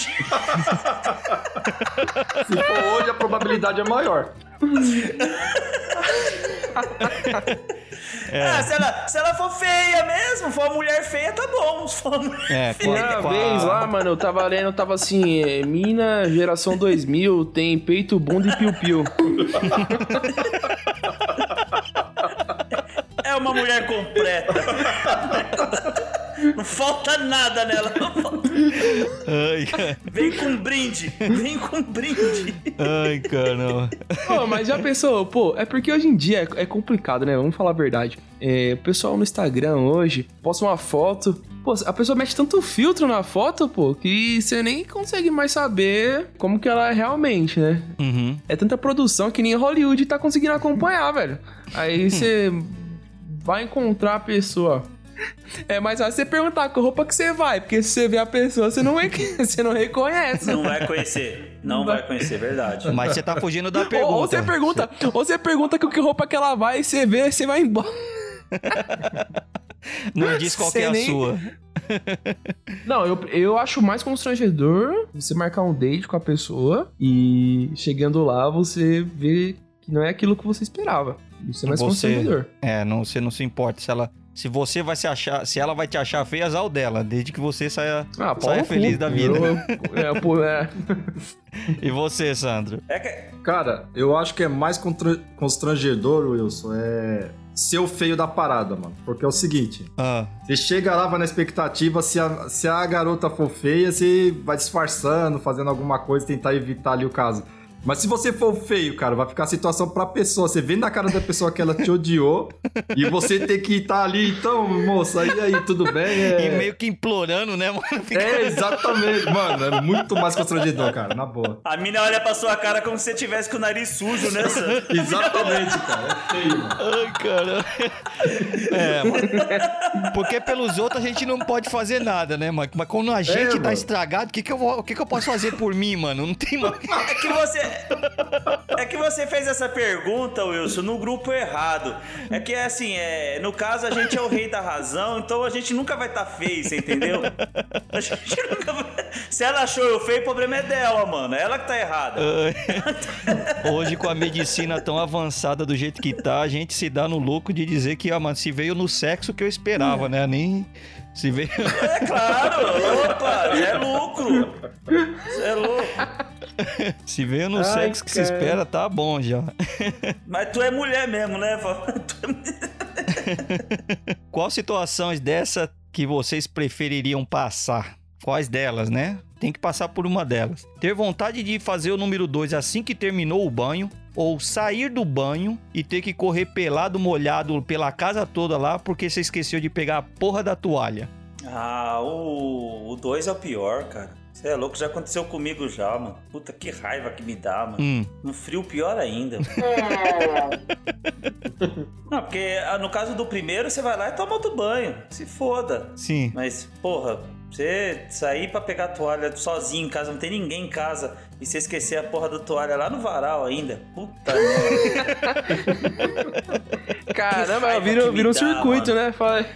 Speaker 4: Se for hoje, a probabilidade é maior.
Speaker 2: Se ela for feia mesmo, for uma mulher feia, tá bom. Se for uma mulher feia.
Speaker 3: Uma vez lá, mano, eu tava lendo, tava assim, mina geração 2000, tem peito, bunda e piu-piu.
Speaker 2: É uma mulher completa. Não falta nada nela.
Speaker 1: Ai, cara.
Speaker 2: Vem com brinde.
Speaker 1: Ai, caramba.
Speaker 3: Pô, mas já pensou, pô, é porque hoje em dia é complicado, né? Vamos falar a verdade. O pessoal no Instagram hoje posta uma foto. Pô, a pessoa mete tanto filtro na foto, pô, que você nem consegue mais saber como que ela é realmente, né?
Speaker 1: Uhum.
Speaker 3: É tanta produção que nem Hollywood tá conseguindo acompanhar, velho. Aí você vai encontrar a pessoa. É mais fácil você perguntar com a roupa que você vai, porque se você vê a pessoa, você não reconhece.
Speaker 2: Não vai conhecer. Não vai conhecer, verdade.
Speaker 1: Mas você tá fugindo da pergunta.
Speaker 3: Ou você pergunta com que roupa que ela vai, você vê, você vai embora.
Speaker 1: Não diz qual que é a sua.
Speaker 3: Não, eu acho mais constrangedor você marcar um date com a pessoa e chegando lá você vê que não é aquilo que você esperava. Isso é mais constrangedor.
Speaker 1: Você não se importa se você vai se achar, se ela vai te achar feia, azar o dela, desde que você saia feliz da vida. E você, Sandro?
Speaker 4: Cara, eu acho que é mais constrangedor, Wilson, ser o feio da parada, mano. Porque é o seguinte, você chega lá, vai na expectativa, se a garota for feia, você vai disfarçando, fazendo alguma coisa, tentar evitar ali o caso. Mas se você for feio, cara, vai ficar a situação pra pessoa. Você vê na cara da pessoa que ela te odiou e você tem que estar ali, então, moça, e aí, tudo bem?
Speaker 1: E meio que implorando, né, mano?
Speaker 4: Exatamente, mano. É muito mais constrangedor, cara, na boa.
Speaker 2: A mina olha pra sua cara como se você tivesse com o nariz sujo, né, Sandro?
Speaker 4: Exatamente, cara. É feio, mano.
Speaker 1: Ai, cara. Mano. Porque pelos outros a gente não pode fazer nada, né, mano? Mas quando a gente tá estragado, o que eu posso fazer por mim, mano? Não tem mais.
Speaker 2: É que você fez essa pergunta, Wilson, no grupo errado. É que, assim, no caso, a gente é o rei da razão, então a gente nunca vai estar feio, você entendeu? A gente nunca vai... Se ela achou eu feio, o problema é dela, mano. É ela que tá errada.
Speaker 1: Hoje, com a medicina tão avançada do jeito que tá, a gente se dá no louco de dizer que, mano, se veio no sexo que eu esperava, né? Nem... Se veio...
Speaker 2: É claro! Opa! É lucro! Você é louco!
Speaker 1: Se veio no sexo que se espera, tá bom já.
Speaker 2: Mas tu é mulher mesmo, né?
Speaker 1: Qual situações dessa que vocês prefeririam passar? Quais delas, né? Tem que passar por uma delas. Ter vontade de fazer o número 2 assim que terminou o banho, ou sair do banho e ter que correr pelado, molhado pela casa toda lá porque você esqueceu de pegar a porra da toalha.
Speaker 2: O 2 é o pior, cara. Você é louco, já aconteceu comigo já, mano. Puta, que raiva que me dá, mano. No frio, pior ainda. Não, porque no caso do primeiro, você vai lá e toma outro banho. Se foda.
Speaker 1: Sim.
Speaker 2: Mas, porra, você sair pra pegar a toalha sozinho em casa, não tem ninguém em casa, e você esquecer a porra da toalha lá no varal ainda. Puta merda.
Speaker 3: Caramba, vira um circuito, mano. Né? Fala.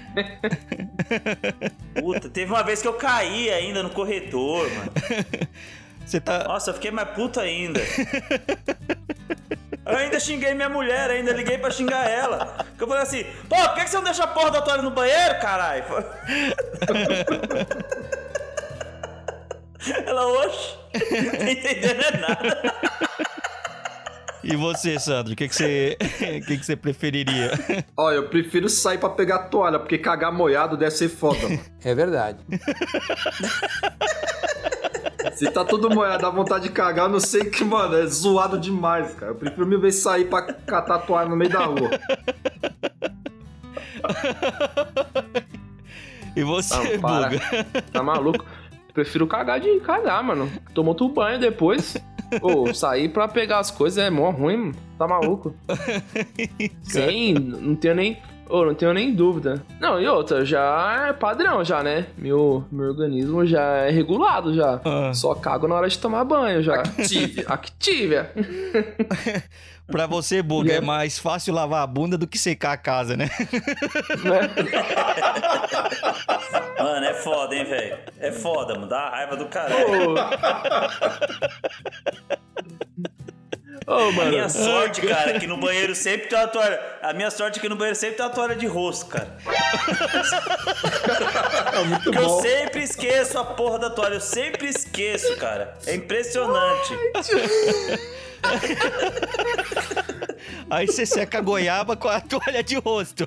Speaker 2: Puta, teve uma vez que eu caí ainda no corredor, mano.
Speaker 1: Você tá...
Speaker 2: Nossa, eu fiquei mais puto ainda. Eu ainda xinguei minha mulher, ainda liguei pra xingar ela. Porque eu falei assim, pô, por que você não deixa a porra da toalha no banheiro, caralho? Ela, oxe, não tá entendendo nada.
Speaker 1: E você, Sandro, o que você preferiria?
Speaker 4: Ó, eu prefiro sair pra pegar a toalha, porque cagar molhado deve ser foda, mano.
Speaker 3: É verdade.
Speaker 4: Se tá tudo molhado, dá vontade de cagar, eu não sei que, mano, é zoado demais, cara. Eu prefiro mil vezes sair pra catar a toalha no meio da rua.
Speaker 1: E você, Buga?
Speaker 3: Tá maluco? Prefiro cagar, mano. Tomou outro banho depois. Pô, sair pra pegar as coisas é mó ruim, mano. Tá maluco? Sim, não tenho nem dúvida. Não, e outra, já é padrão já, né? Meu organismo já é regulado já. Só cago na hora de tomar banho já. Activia.
Speaker 1: Pra você, Buga, é mais fácil lavar a bunda do que secar a casa, né?
Speaker 2: Mano, é foda, hein, velho? É foda, mano. Dá raiva do caralho.
Speaker 3: Ô, mano.
Speaker 2: A minha sorte, cara, é que no banheiro sempre tem uma toalha. A minha sorte é que no banheiro sempre tem uma toalha de rosto, cara.
Speaker 4: Muito
Speaker 2: Porque
Speaker 4: bom.
Speaker 2: eu sempre esqueço a porra da toalha. Eu sempre esqueço, cara. É impressionante.
Speaker 1: Aí você seca a goiaba com a toalha de rosto.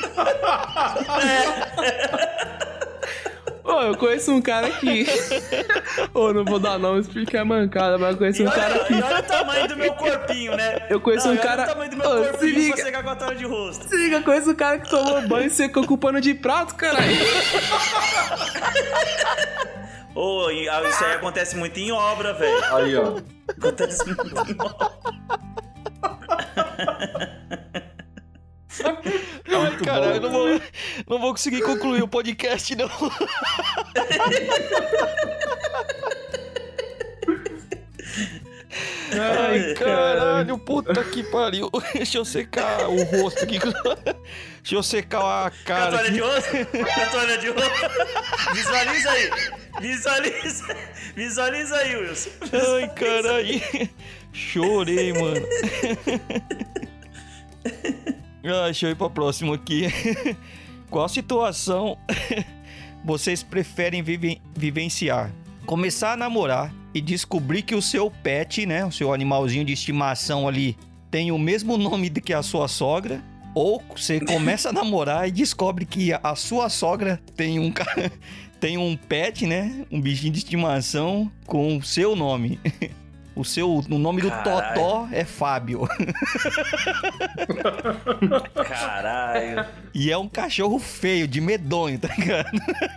Speaker 3: Ô, eu conheço um cara que... Ô, não vou dar nome, explicar a mancada, mas eu conheço um cara que...
Speaker 2: E olha o tamanho do meu corpinho, né?
Speaker 3: Eu conheço um cara...
Speaker 2: Olha o tamanho do meu
Speaker 3: Ô, se
Speaker 2: corpinho
Speaker 3: liga.
Speaker 2: pra secar com a toalha de rosto.
Speaker 3: Se liga, eu conheço um cara que tomou banho e secou com pano de prato, caralho.
Speaker 2: Ô, isso aí acontece muito em obra, velho.
Speaker 4: Aí, ó.
Speaker 2: Acontece muito em obra.
Speaker 1: Ai, caralho, eu não vou conseguir concluir o podcast, não. Ai, caralho, puta que pariu. Deixa eu secar o rosto aqui. Deixa eu secar a cara.
Speaker 2: Com a toalha
Speaker 1: aqui.
Speaker 2: de rosto? Com a toalha de rosto? Visualiza aí. Visualiza aí, Wilson.
Speaker 1: Ai, caralho. Chorei, mano. Deixa eu ir pra próxima aqui. Qual situação vocês preferem vivenciar? Começar a namorar e descobrir que o seu pet, né, o seu animalzinho de estimação ali, tem o mesmo nome que a sua sogra, ou você começa a namorar e descobre que a sua sogra tem um pet, né, um bichinho de estimação com o seu nome. O nome do
Speaker 2: Caralho.
Speaker 1: Totó é Fábio.
Speaker 2: Caralho.
Speaker 1: E é um cachorro feio, de medonho, tá ligado?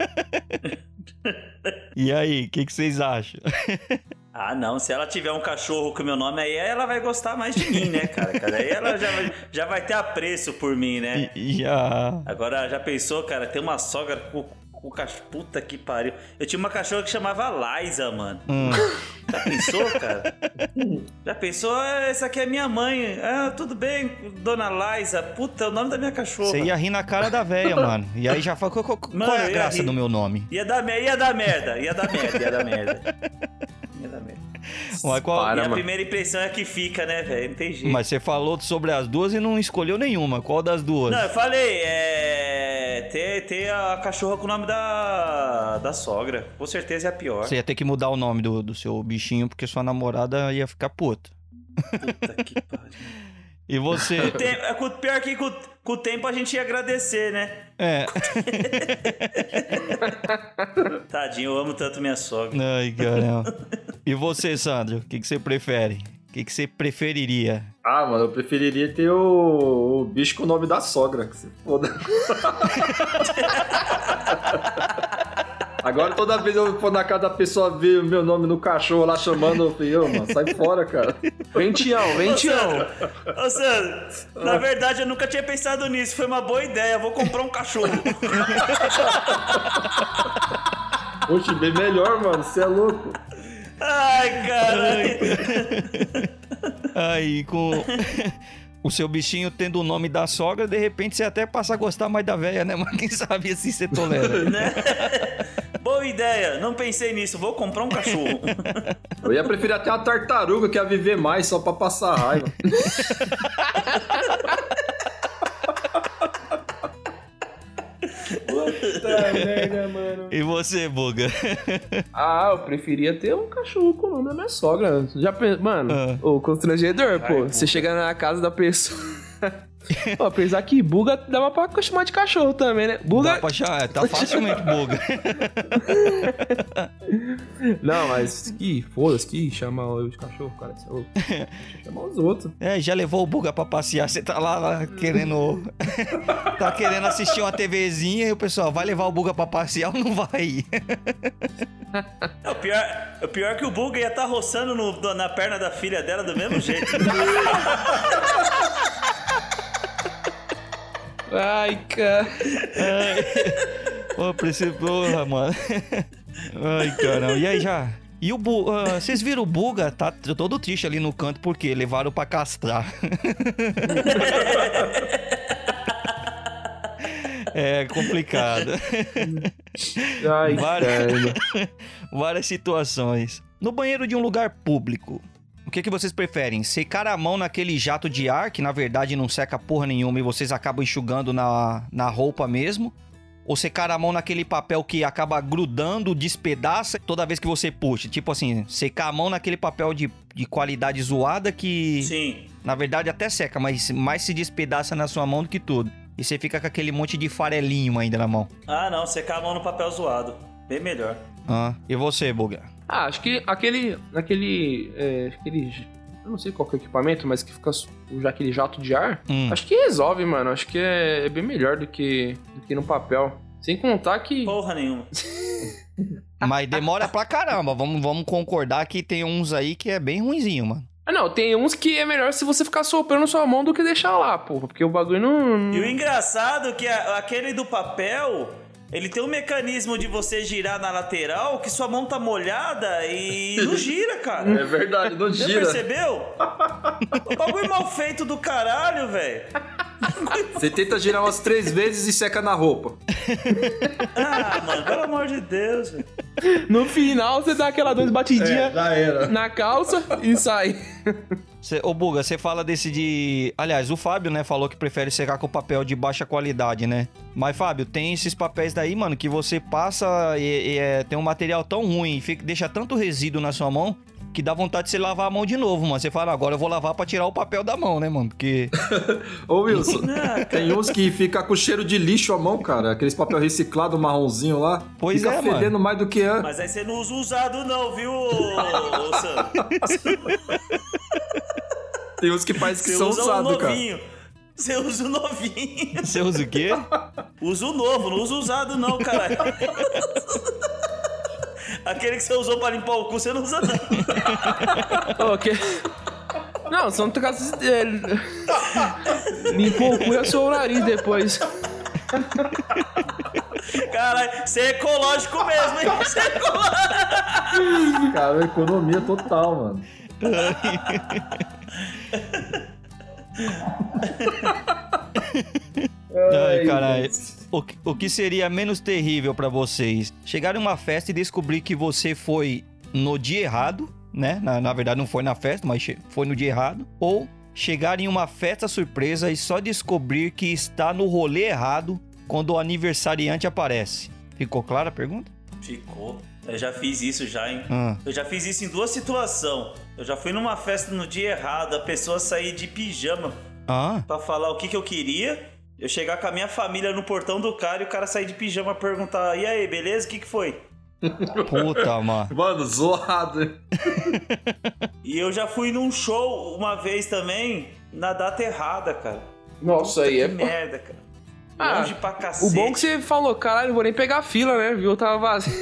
Speaker 1: E aí, o que vocês acham?
Speaker 2: Ah, não. Se ela tiver um cachorro com meu nome aí, ela vai gostar mais de mim, né, cara? Aí ela já vai ter apreço por mim, né?
Speaker 1: Já.
Speaker 2: Agora, já pensou, cara? Tem uma sogra com cachorro... Puta que pariu. Eu tinha uma cachorra que chamava Liza, mano. Já pensou, cara? Já pensou? Ah, essa aqui é minha mãe. Ah, tudo bem, dona Liza. Puta, é o nome da minha cachorra.
Speaker 1: Você ia rir na cara da véia, mano. E aí já fala, qual
Speaker 2: Mano,
Speaker 1: é a
Speaker 2: eu ia
Speaker 1: graça
Speaker 2: rir.
Speaker 1: do meu nome?
Speaker 2: Ia dar merda.
Speaker 1: Mas, qual...
Speaker 3: Para,
Speaker 2: E a
Speaker 3: mano.
Speaker 2: primeira impressão é que fica, né, velho? Não tem jeito.
Speaker 1: Mas você falou sobre as duas e não escolheu nenhuma. Qual das duas?
Speaker 2: Não, eu falei, ter a cachorra com o nome da sogra. Com certeza é a pior.
Speaker 1: Você ia ter que mudar o nome do seu bichinho, porque sua namorada ia ficar puta.
Speaker 2: Puta que pariu.
Speaker 1: E você?
Speaker 2: Pior que com o tempo a gente ia agradecer, né?
Speaker 1: É.
Speaker 2: Tadinho, eu amo tanto minha sogra.
Speaker 1: Ai, caramba. E você, Sandro? O que você prefere? O que você preferiria?
Speaker 4: Ah, mano, eu preferiria ter o bicho com o nome da sogra. Que se foda. Agora toda vez eu for na casa da pessoa ver o meu nome no cachorro lá chamando, eu falei, mano, sai fora, cara.
Speaker 3: Vem, Tião.
Speaker 2: Ô, Sandro, na verdade eu nunca tinha pensado nisso. Foi uma boa ideia. Eu vou comprar um cachorro.
Speaker 4: Oxe, bem melhor, mano, você é louco.
Speaker 2: Ai, caralho.
Speaker 1: Aí, com o seu bichinho tendo o nome da sogra, de repente você até passa a gostar mais da véia, né? Mas quem sabe assim você tolera.
Speaker 2: Né? Boa ideia. Não pensei nisso. Vou comprar um cachorro.
Speaker 4: Eu ia preferir até uma tartaruga que ia viver mais só pra passar raiva.
Speaker 3: Puta merda, mano.
Speaker 1: E você, Buga?
Speaker 3: Ah, eu preferia ter um cachorro com o nome da minha sogra. Mano, o constrangedor, pô. Você chega na casa da pessoa... Pô, apesar que Buga dava pra chamar de cachorro também, né? Buga...
Speaker 1: Dá pra chamar, tá facilmente Buga.
Speaker 3: Não, mas que foda-se, que chama eu de cachorro, cara. Deixa eu chamar os outros.
Speaker 1: Já levou o Buga pra passear, você tá lá querendo... tá querendo assistir uma TVzinha e o pessoal vai levar o Buga pra passear ou não vai?
Speaker 2: O pior é que o Buga ia estar roçando na perna da filha dela do mesmo jeito.
Speaker 3: Ai, cara.
Speaker 1: Pô, preciso... Porra, mano. Ai, caramba. E aí, já... E o Buga... vocês viram o Buga? Tá todo triste ali no canto porque levaram pra castrar. É complicado.
Speaker 3: Ai,
Speaker 1: Várias situações. No banheiro de um lugar público, O que vocês preferem? Secar a mão naquele jato de ar, que na verdade não seca porra nenhuma e vocês acabam enxugando na roupa mesmo? Ou secar a mão naquele papel que acaba grudando, despedaça toda vez que você puxa? Tipo assim, secar a mão naquele papel de qualidade zoada que...
Speaker 2: Sim.
Speaker 1: Na verdade até seca, mas mais se despedaça na sua mão do que tudo. E você fica com aquele monte de farelinho ainda na mão.
Speaker 2: Ah, não. Secar a mão no papel zoado. Bem melhor.
Speaker 1: E você, Buga?
Speaker 3: Acho que aquele eu não sei qual que é o equipamento, mas que fica já aquele jato de ar, acho que resolve, mano. Acho que é bem melhor do que no papel. Sem contar que...
Speaker 2: Porra nenhuma.
Speaker 1: Mas demora pra caramba. Vamos concordar que tem uns aí que é bem ruinzinho, mano.
Speaker 3: Ah, não. Tem uns que é melhor se você ficar soprando sua mão do que deixar lá, porra. Porque o bagulho não...
Speaker 2: E o engraçado é que aquele do papel... Ele tem um mecanismo de você girar na lateral que sua mão tá molhada e não gira, cara.
Speaker 4: É verdade, não gira.
Speaker 2: Já percebeu? O bagulho mal feito do caralho, velho.
Speaker 4: Você tenta girar umas 3 vezes e seca na roupa.
Speaker 2: Ah, mano, pelo amor de Deus, velho.
Speaker 3: No final, você dá aquela 2 batidinhas na calça e sai.
Speaker 1: Ô, Buga, você fala desse de... Aliás, o Fábio, né, falou que prefere secar com papel de baixa qualidade, né? Mas, Fábio, tem esses papéis daí, mano, que você passa e tem um material tão ruim, deixa tanto resíduo na sua mão, que dá vontade de você lavar a mão de novo, mano. Você fala, agora eu vou lavar pra tirar o papel da mão, né, mano? Porque...
Speaker 4: Ô, Wilson, tem uns que fica com cheiro de lixo a mão, cara. Aqueles papel reciclado marronzinho lá.
Speaker 1: Pois
Speaker 4: fica fedendo mais do que antes.
Speaker 2: Mas aí você não usa usado não, viu, ô Sam?
Speaker 4: Tem uns que parece que são usados, cara.
Speaker 2: Você usa o novinho.
Speaker 1: Você usa o quê?
Speaker 2: Usa o novo, não usa usado não, caralho. Aquele que você usou pra limpar o cu, você não usa não.
Speaker 3: Ok. Não, só não tem caso dele. Limpou o cu e assou o nariz depois.
Speaker 2: Caralho, você é ecológico mesmo, hein? Você é ecológico.
Speaker 4: Cara, economia total, mano.
Speaker 1: Ai, caralho. O que seria menos terrível pra vocês? Chegar em uma festa e descobrir que você foi no dia errado, né? Na verdade não foi na festa, mas foi no dia errado. Ou chegar em uma festa surpresa e só descobrir que está no rolê errado quando o aniversariante aparece. Ficou clara a pergunta?
Speaker 2: Ficou. Eu já fiz isso já, hein? Eu já fiz isso em 2 situações. Eu já fui numa festa no dia errado, a pessoa sair de pijama pra falar o que eu queria. Eu chegar com a minha família no portão do cara e o cara sair de pijama perguntar: e aí, beleza? O que foi?
Speaker 1: Puta, mano.
Speaker 4: Mano, zoado.
Speaker 2: E eu já fui num show uma vez também, na data errada, cara.
Speaker 3: Nossa, aí
Speaker 2: que
Speaker 3: é...
Speaker 2: merda, cara. Longe pra cacete.
Speaker 3: O bom é que você falou, caralho, não vou nem pegar a fila, né? Viu? Tava vazio.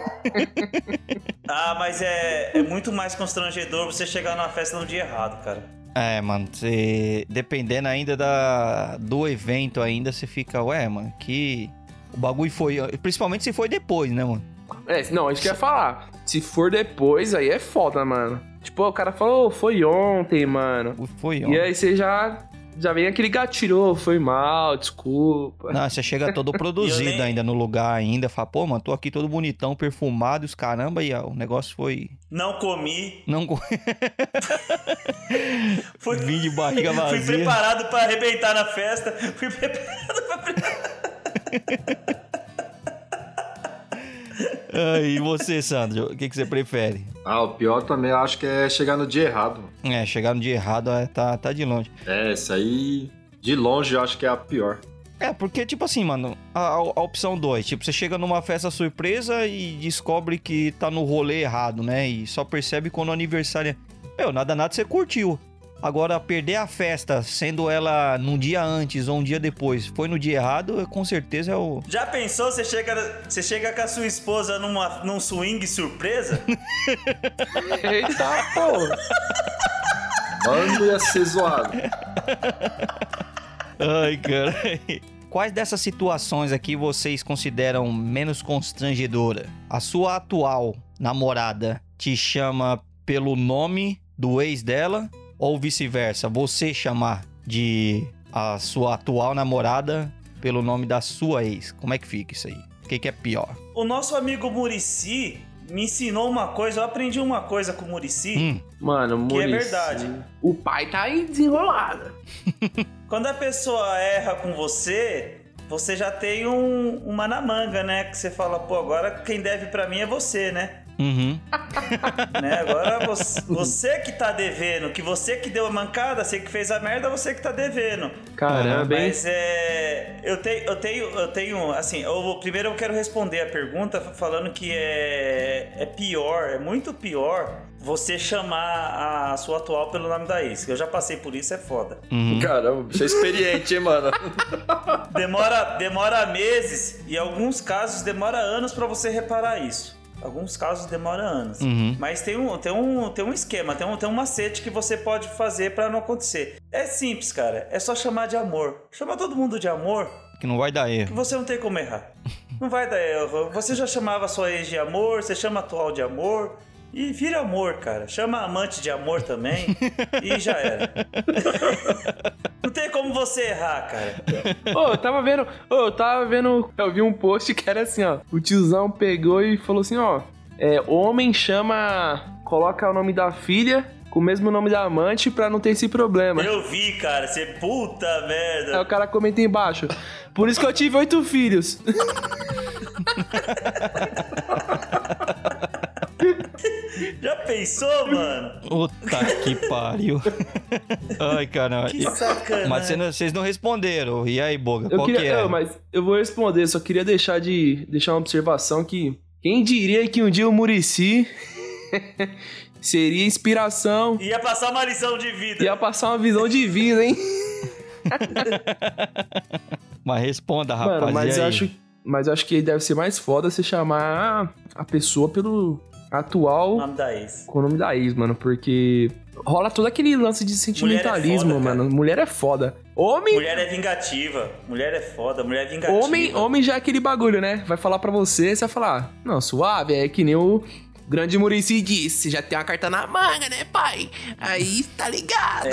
Speaker 2: Ah, mas é muito mais constrangedor você chegar numa festa no dia errado, cara.
Speaker 1: É, mano, dependendo ainda do evento ainda, você fica, ué, mano, que o bagulho foi... Principalmente se foi depois, né, mano?
Speaker 3: Não, isso que eu ia falar. Se for depois, aí é foda, mano. Tipo, o cara falou, foi ontem, mano.
Speaker 1: Foi ontem.
Speaker 3: E aí você já vem aquele gatilho, foi mal, desculpa.
Speaker 1: Não, você chega todo produzido ainda no lugar ainda, fala, pô, mano, tô aqui todo bonitão, perfumado, os caramba, e o negócio foi...
Speaker 2: Não comi.
Speaker 1: Vim de barriga vazia.
Speaker 2: Fui preparado pra arrebentar na festa. Fui preparado pra...
Speaker 1: E você, Sandro, o que você prefere?
Speaker 4: O pior também eu acho que é chegar no dia errado.
Speaker 1: Chegar no dia errado tá de longe.
Speaker 4: Essa aí, de longe, eu acho que é a pior.
Speaker 1: Porque, tipo assim, mano, a opção 2, tipo, você chega numa festa surpresa e descobre que tá no rolê errado, né? E só percebe quando o aniversário... nada você curtiu. Agora, perder a festa, sendo ela num dia antes ou um dia depois, foi no dia errado, com certeza é o...
Speaker 2: Já pensou, você chega com a sua esposa num swing surpresa?
Speaker 3: Eita, pô!
Speaker 4: Mano, ia ser zoado.
Speaker 1: Ai, cara. Quais dessas situações aqui vocês consideram menos constrangedora? A sua atual namorada te chama pelo nome do ex dela? Ou vice-versa, você chamar de a sua atual namorada pelo nome da sua ex? Como é que fica isso aí? O que é pior?
Speaker 2: O nosso amigo Muricy me ensinou uma coisa, eu aprendi uma coisa com o Muricy.
Speaker 3: Mano, Muricy,
Speaker 2: que é verdade.
Speaker 3: O pai tá aí desenrolado.
Speaker 2: Quando a pessoa erra com você, você já tem uma na manga, né? Que você fala, pô, agora quem deve pra mim é você, né?
Speaker 1: Né?
Speaker 2: Agora você que tá devendo, que você que deu a mancada, você que fez a merda, você que tá devendo.
Speaker 3: Caramba, hein?
Speaker 2: Mas eu tenho, assim, primeiro eu quero responder a pergunta falando que é pior, é muito pior você chamar a sua atual pelo nome da ex. Eu já passei por isso, é foda.
Speaker 4: Caramba, você é experiente, hein, mano?
Speaker 2: Demora meses e em alguns casos demora anos pra você reparar isso. Alguns casos demora anos. Mas tem um esquema, tem um macete que você pode fazer pra não acontecer. É simples, cara. É só chamar de amor. Chama todo mundo de amor.
Speaker 1: Que não vai dar erro.
Speaker 2: Que você não tem como errar. Não vai dar erro. Você já chamava sua ex de amor, você chama a atual de amor. E vira amor, cara. Chama a amante de amor também. E já era. Não tem como você errar, cara.
Speaker 3: Eu tava vendo. Eu vi um post que era assim, ó. O tiozão pegou e falou assim, ó. Homem coloca o nome da filha com o mesmo nome da amante pra não ter esse problema.
Speaker 2: Eu vi, cara. Você puta merda.
Speaker 3: Aí o cara comenta embaixo. Por isso que eu tive 8 filhos.
Speaker 2: Já pensou, mano?
Speaker 1: Puta que pariu. Ai, caramba.
Speaker 2: Que sacanagem.
Speaker 1: Mas vocês não responderam. E aí, Boga, qual que é?
Speaker 3: Não, mas eu vou responder. Só queria deixar uma observação que... Quem diria que um dia o Muricy seria inspiração...
Speaker 2: Ia passar uma lição de vida.
Speaker 3: Ia passar uma visão de vida, hein?
Speaker 1: Mas responda, rapaz.
Speaker 3: Mano, mas eu acho que deve ser mais foda você chamar a pessoa pelo... atual
Speaker 2: nome da ex.
Speaker 3: Com o nome da ex, mano, porque rola todo aquele lance de sentimentalismo,
Speaker 2: mulher é foda,
Speaker 3: mano. Mulher é foda. Homem...
Speaker 2: Mulher é vingativa. Mulher é foda, mulher é vingativa.
Speaker 3: Homem já é aquele bagulho, né? Vai falar pra você vai falar, não, suave, é que nem o grande Muricy disse, já tem uma carta na manga, né, pai? Aí, tá ligado.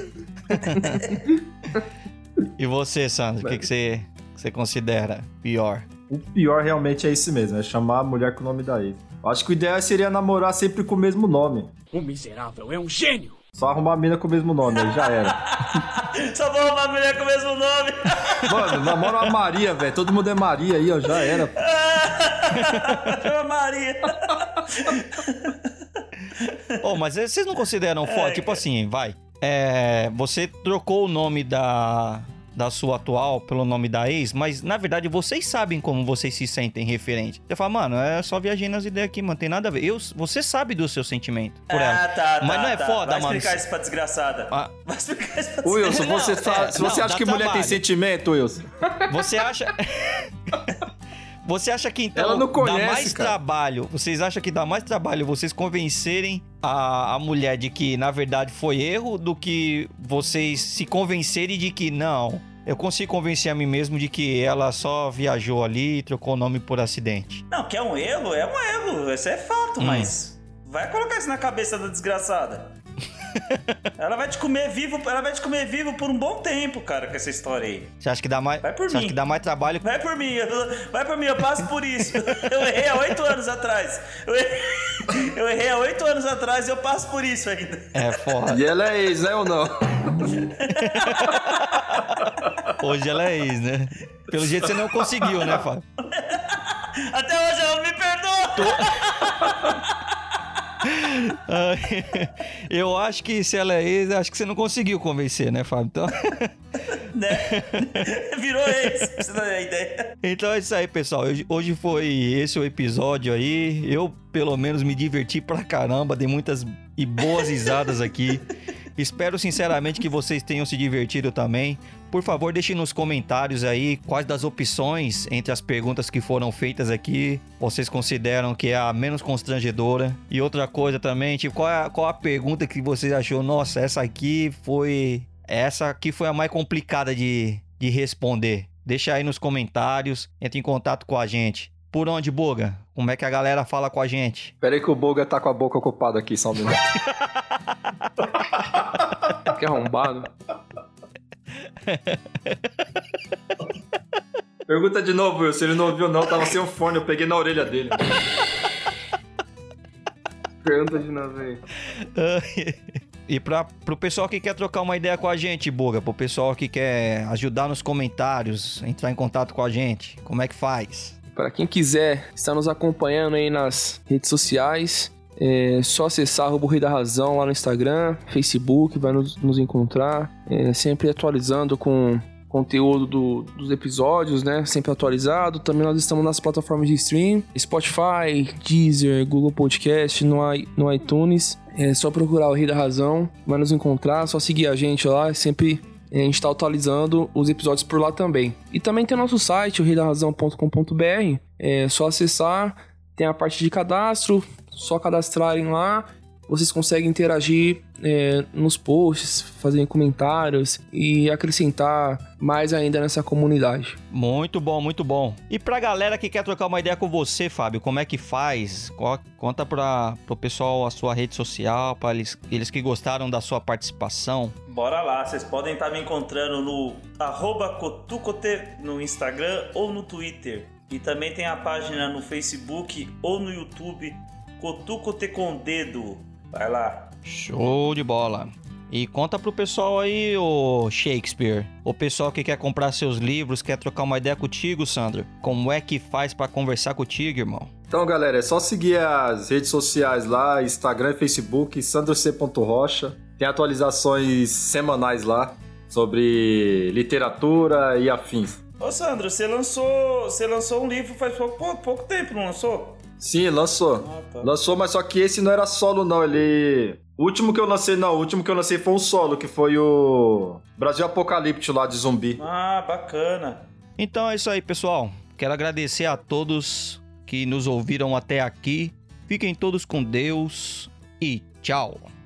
Speaker 1: E você, Sandro, o que você considera pior?
Speaker 4: O pior realmente é esse mesmo, é chamar a mulher com o nome da ex. Acho que o ideal seria namorar sempre com o mesmo nome.
Speaker 5: O miserável é um gênio!
Speaker 4: Só arrumar a mina com o mesmo nome, aí já era.
Speaker 2: Só vou arrumar a mulher com o mesmo nome.
Speaker 4: Mano, namora a Maria, velho. Todo mundo é Maria aí, ó, já era.
Speaker 2: Chama Maria.
Speaker 1: Mas vocês não consideram foda? Tipo assim, vai. Você trocou o nome da sua atual pelo nome da ex, mas na verdade vocês sabem como vocês se sentem referente. Você fala, mano, é só viajei nas ideias aqui, mano, tem nada a ver. Você sabe do seu sentimento por ela. Mas não é foda, mano.
Speaker 2: Vai explicar isso pra desgraçada. Vai explicar isso pra desgraçada.
Speaker 4: Wilson, você acha que mulher tem sentimento, Wilson?
Speaker 1: Você acha... Você acha que então
Speaker 4: ela não conhece,
Speaker 1: dá mais
Speaker 4: cara.
Speaker 1: trabalho? Vocês acham que dá mais trabalho vocês convencerem a mulher de que na verdade foi erro do que vocês se convencerem de que não? Eu consigo convencer a mim mesmo de que ela só viajou ali e trocou o nome por acidente.
Speaker 2: Não, que é um erro, isso é fato, mas vai colocar isso na cabeça da desgraçada. Ela vai te comer vivo por um bom tempo, cara, com essa história aí.
Speaker 1: Você acha que dá mais?
Speaker 2: Vai por
Speaker 1: Você
Speaker 2: mim.
Speaker 1: acha que dá mais trabalho?
Speaker 2: Vai por mim, eu passo por isso. Eu errei há 8 anos atrás. Eu errei há 8 anos atrás e eu passo por isso ainda.
Speaker 1: É foda.
Speaker 4: E ela é ex, né ou não?
Speaker 1: Hoje ela é ex, né? Pelo jeito você não conseguiu, né, Fábio?
Speaker 2: Até hoje ela não me perdoa.
Speaker 1: Eu acho que se ela é ex, acho que você não conseguiu convencer, né, Fábio? Então...
Speaker 2: Né? Virou ex, pra você ter ideia.
Speaker 1: Então é isso aí, pessoal. Hoje foi esse o episódio aí. Eu, pelo menos, me diverti pra caramba. Dei muitas e boas risadas aqui. Espero sinceramente que vocês tenham se divertido também. Por favor, deixem nos comentários aí quais das opções entre as perguntas que foram feitas aqui vocês consideram que é a menos constrangedora. E outra coisa também, tipo, qual a pergunta que vocês achou? Nossa, essa aqui foi a mais complicada de responder. Deixa aí nos comentários, entre em contato com a gente. Por onde, Boga? Como é que a galera fala com a gente?
Speaker 4: Pera aí que o Boga tá com a boca ocupada aqui, só um minuto.
Speaker 3: Que arrombado.
Speaker 4: Pergunta de novo, Wilson. Ele não ouviu não, tava sem o fone, eu peguei na orelha dele.
Speaker 3: Pergunta de novo aí.
Speaker 1: E pro pessoal que quer trocar uma ideia com a gente, Buga, pro pessoal que quer ajudar nos comentários, entrar em contato com a gente, como é que faz?
Speaker 3: Para quem quiser estar nos acompanhando aí nas redes sociais, é só acessar o Rei da Razão lá no Instagram, Facebook, vai nos encontrar, sempre atualizando com conteúdo dos episódios, né? Sempre atualizado. Também nós estamos nas plataformas de stream, Spotify, Deezer, Google Podcast, no iTunes. É só procurar o Rei da Razão, vai nos encontrar, só seguir a gente lá, sempre a gente está atualizando os episódios por lá também. E também tem o nosso site, o reidarrazão.com.br, é só acessar, tem a parte de cadastro, só cadastrarem lá, vocês conseguem interagir nos posts, fazerem comentários e acrescentar mais ainda nessa comunidade.
Speaker 1: Muito bom, muito bom. E pra galera que quer trocar uma ideia com você, Fábio, como é que faz? Conta pro pessoal a sua rede social, para eles que gostaram da sua participação.
Speaker 2: Bora lá, vocês podem estar me encontrando no @cotucote no Instagram ou no Twitter. E também tem a página no Facebook ou no YouTube, Cotucote com Dedo. Vai lá.
Speaker 1: Show de bola. E conta pro pessoal aí, ô Shakespeare, o pessoal que quer comprar seus livros, quer trocar uma ideia contigo, Sandro, como é que faz pra conversar contigo, irmão?
Speaker 4: Então, galera, é só seguir as redes sociais lá, Instagram e Facebook, sandroc.rocha. Tem atualizações semanais lá sobre literatura e afins.
Speaker 2: Ô Sandro, você lançou um livro faz pouco tempo, não lançou?
Speaker 4: Sim, lançou.
Speaker 2: Tá.
Speaker 4: Lançou, mas só que esse não era solo, não. O último que eu lancei foi um solo, que foi o Brasil Apocalíptico lá de zumbi.
Speaker 2: Ah, bacana.
Speaker 1: Então é isso aí, pessoal. Quero agradecer a todos que nos ouviram até aqui. Fiquem todos com Deus e tchau.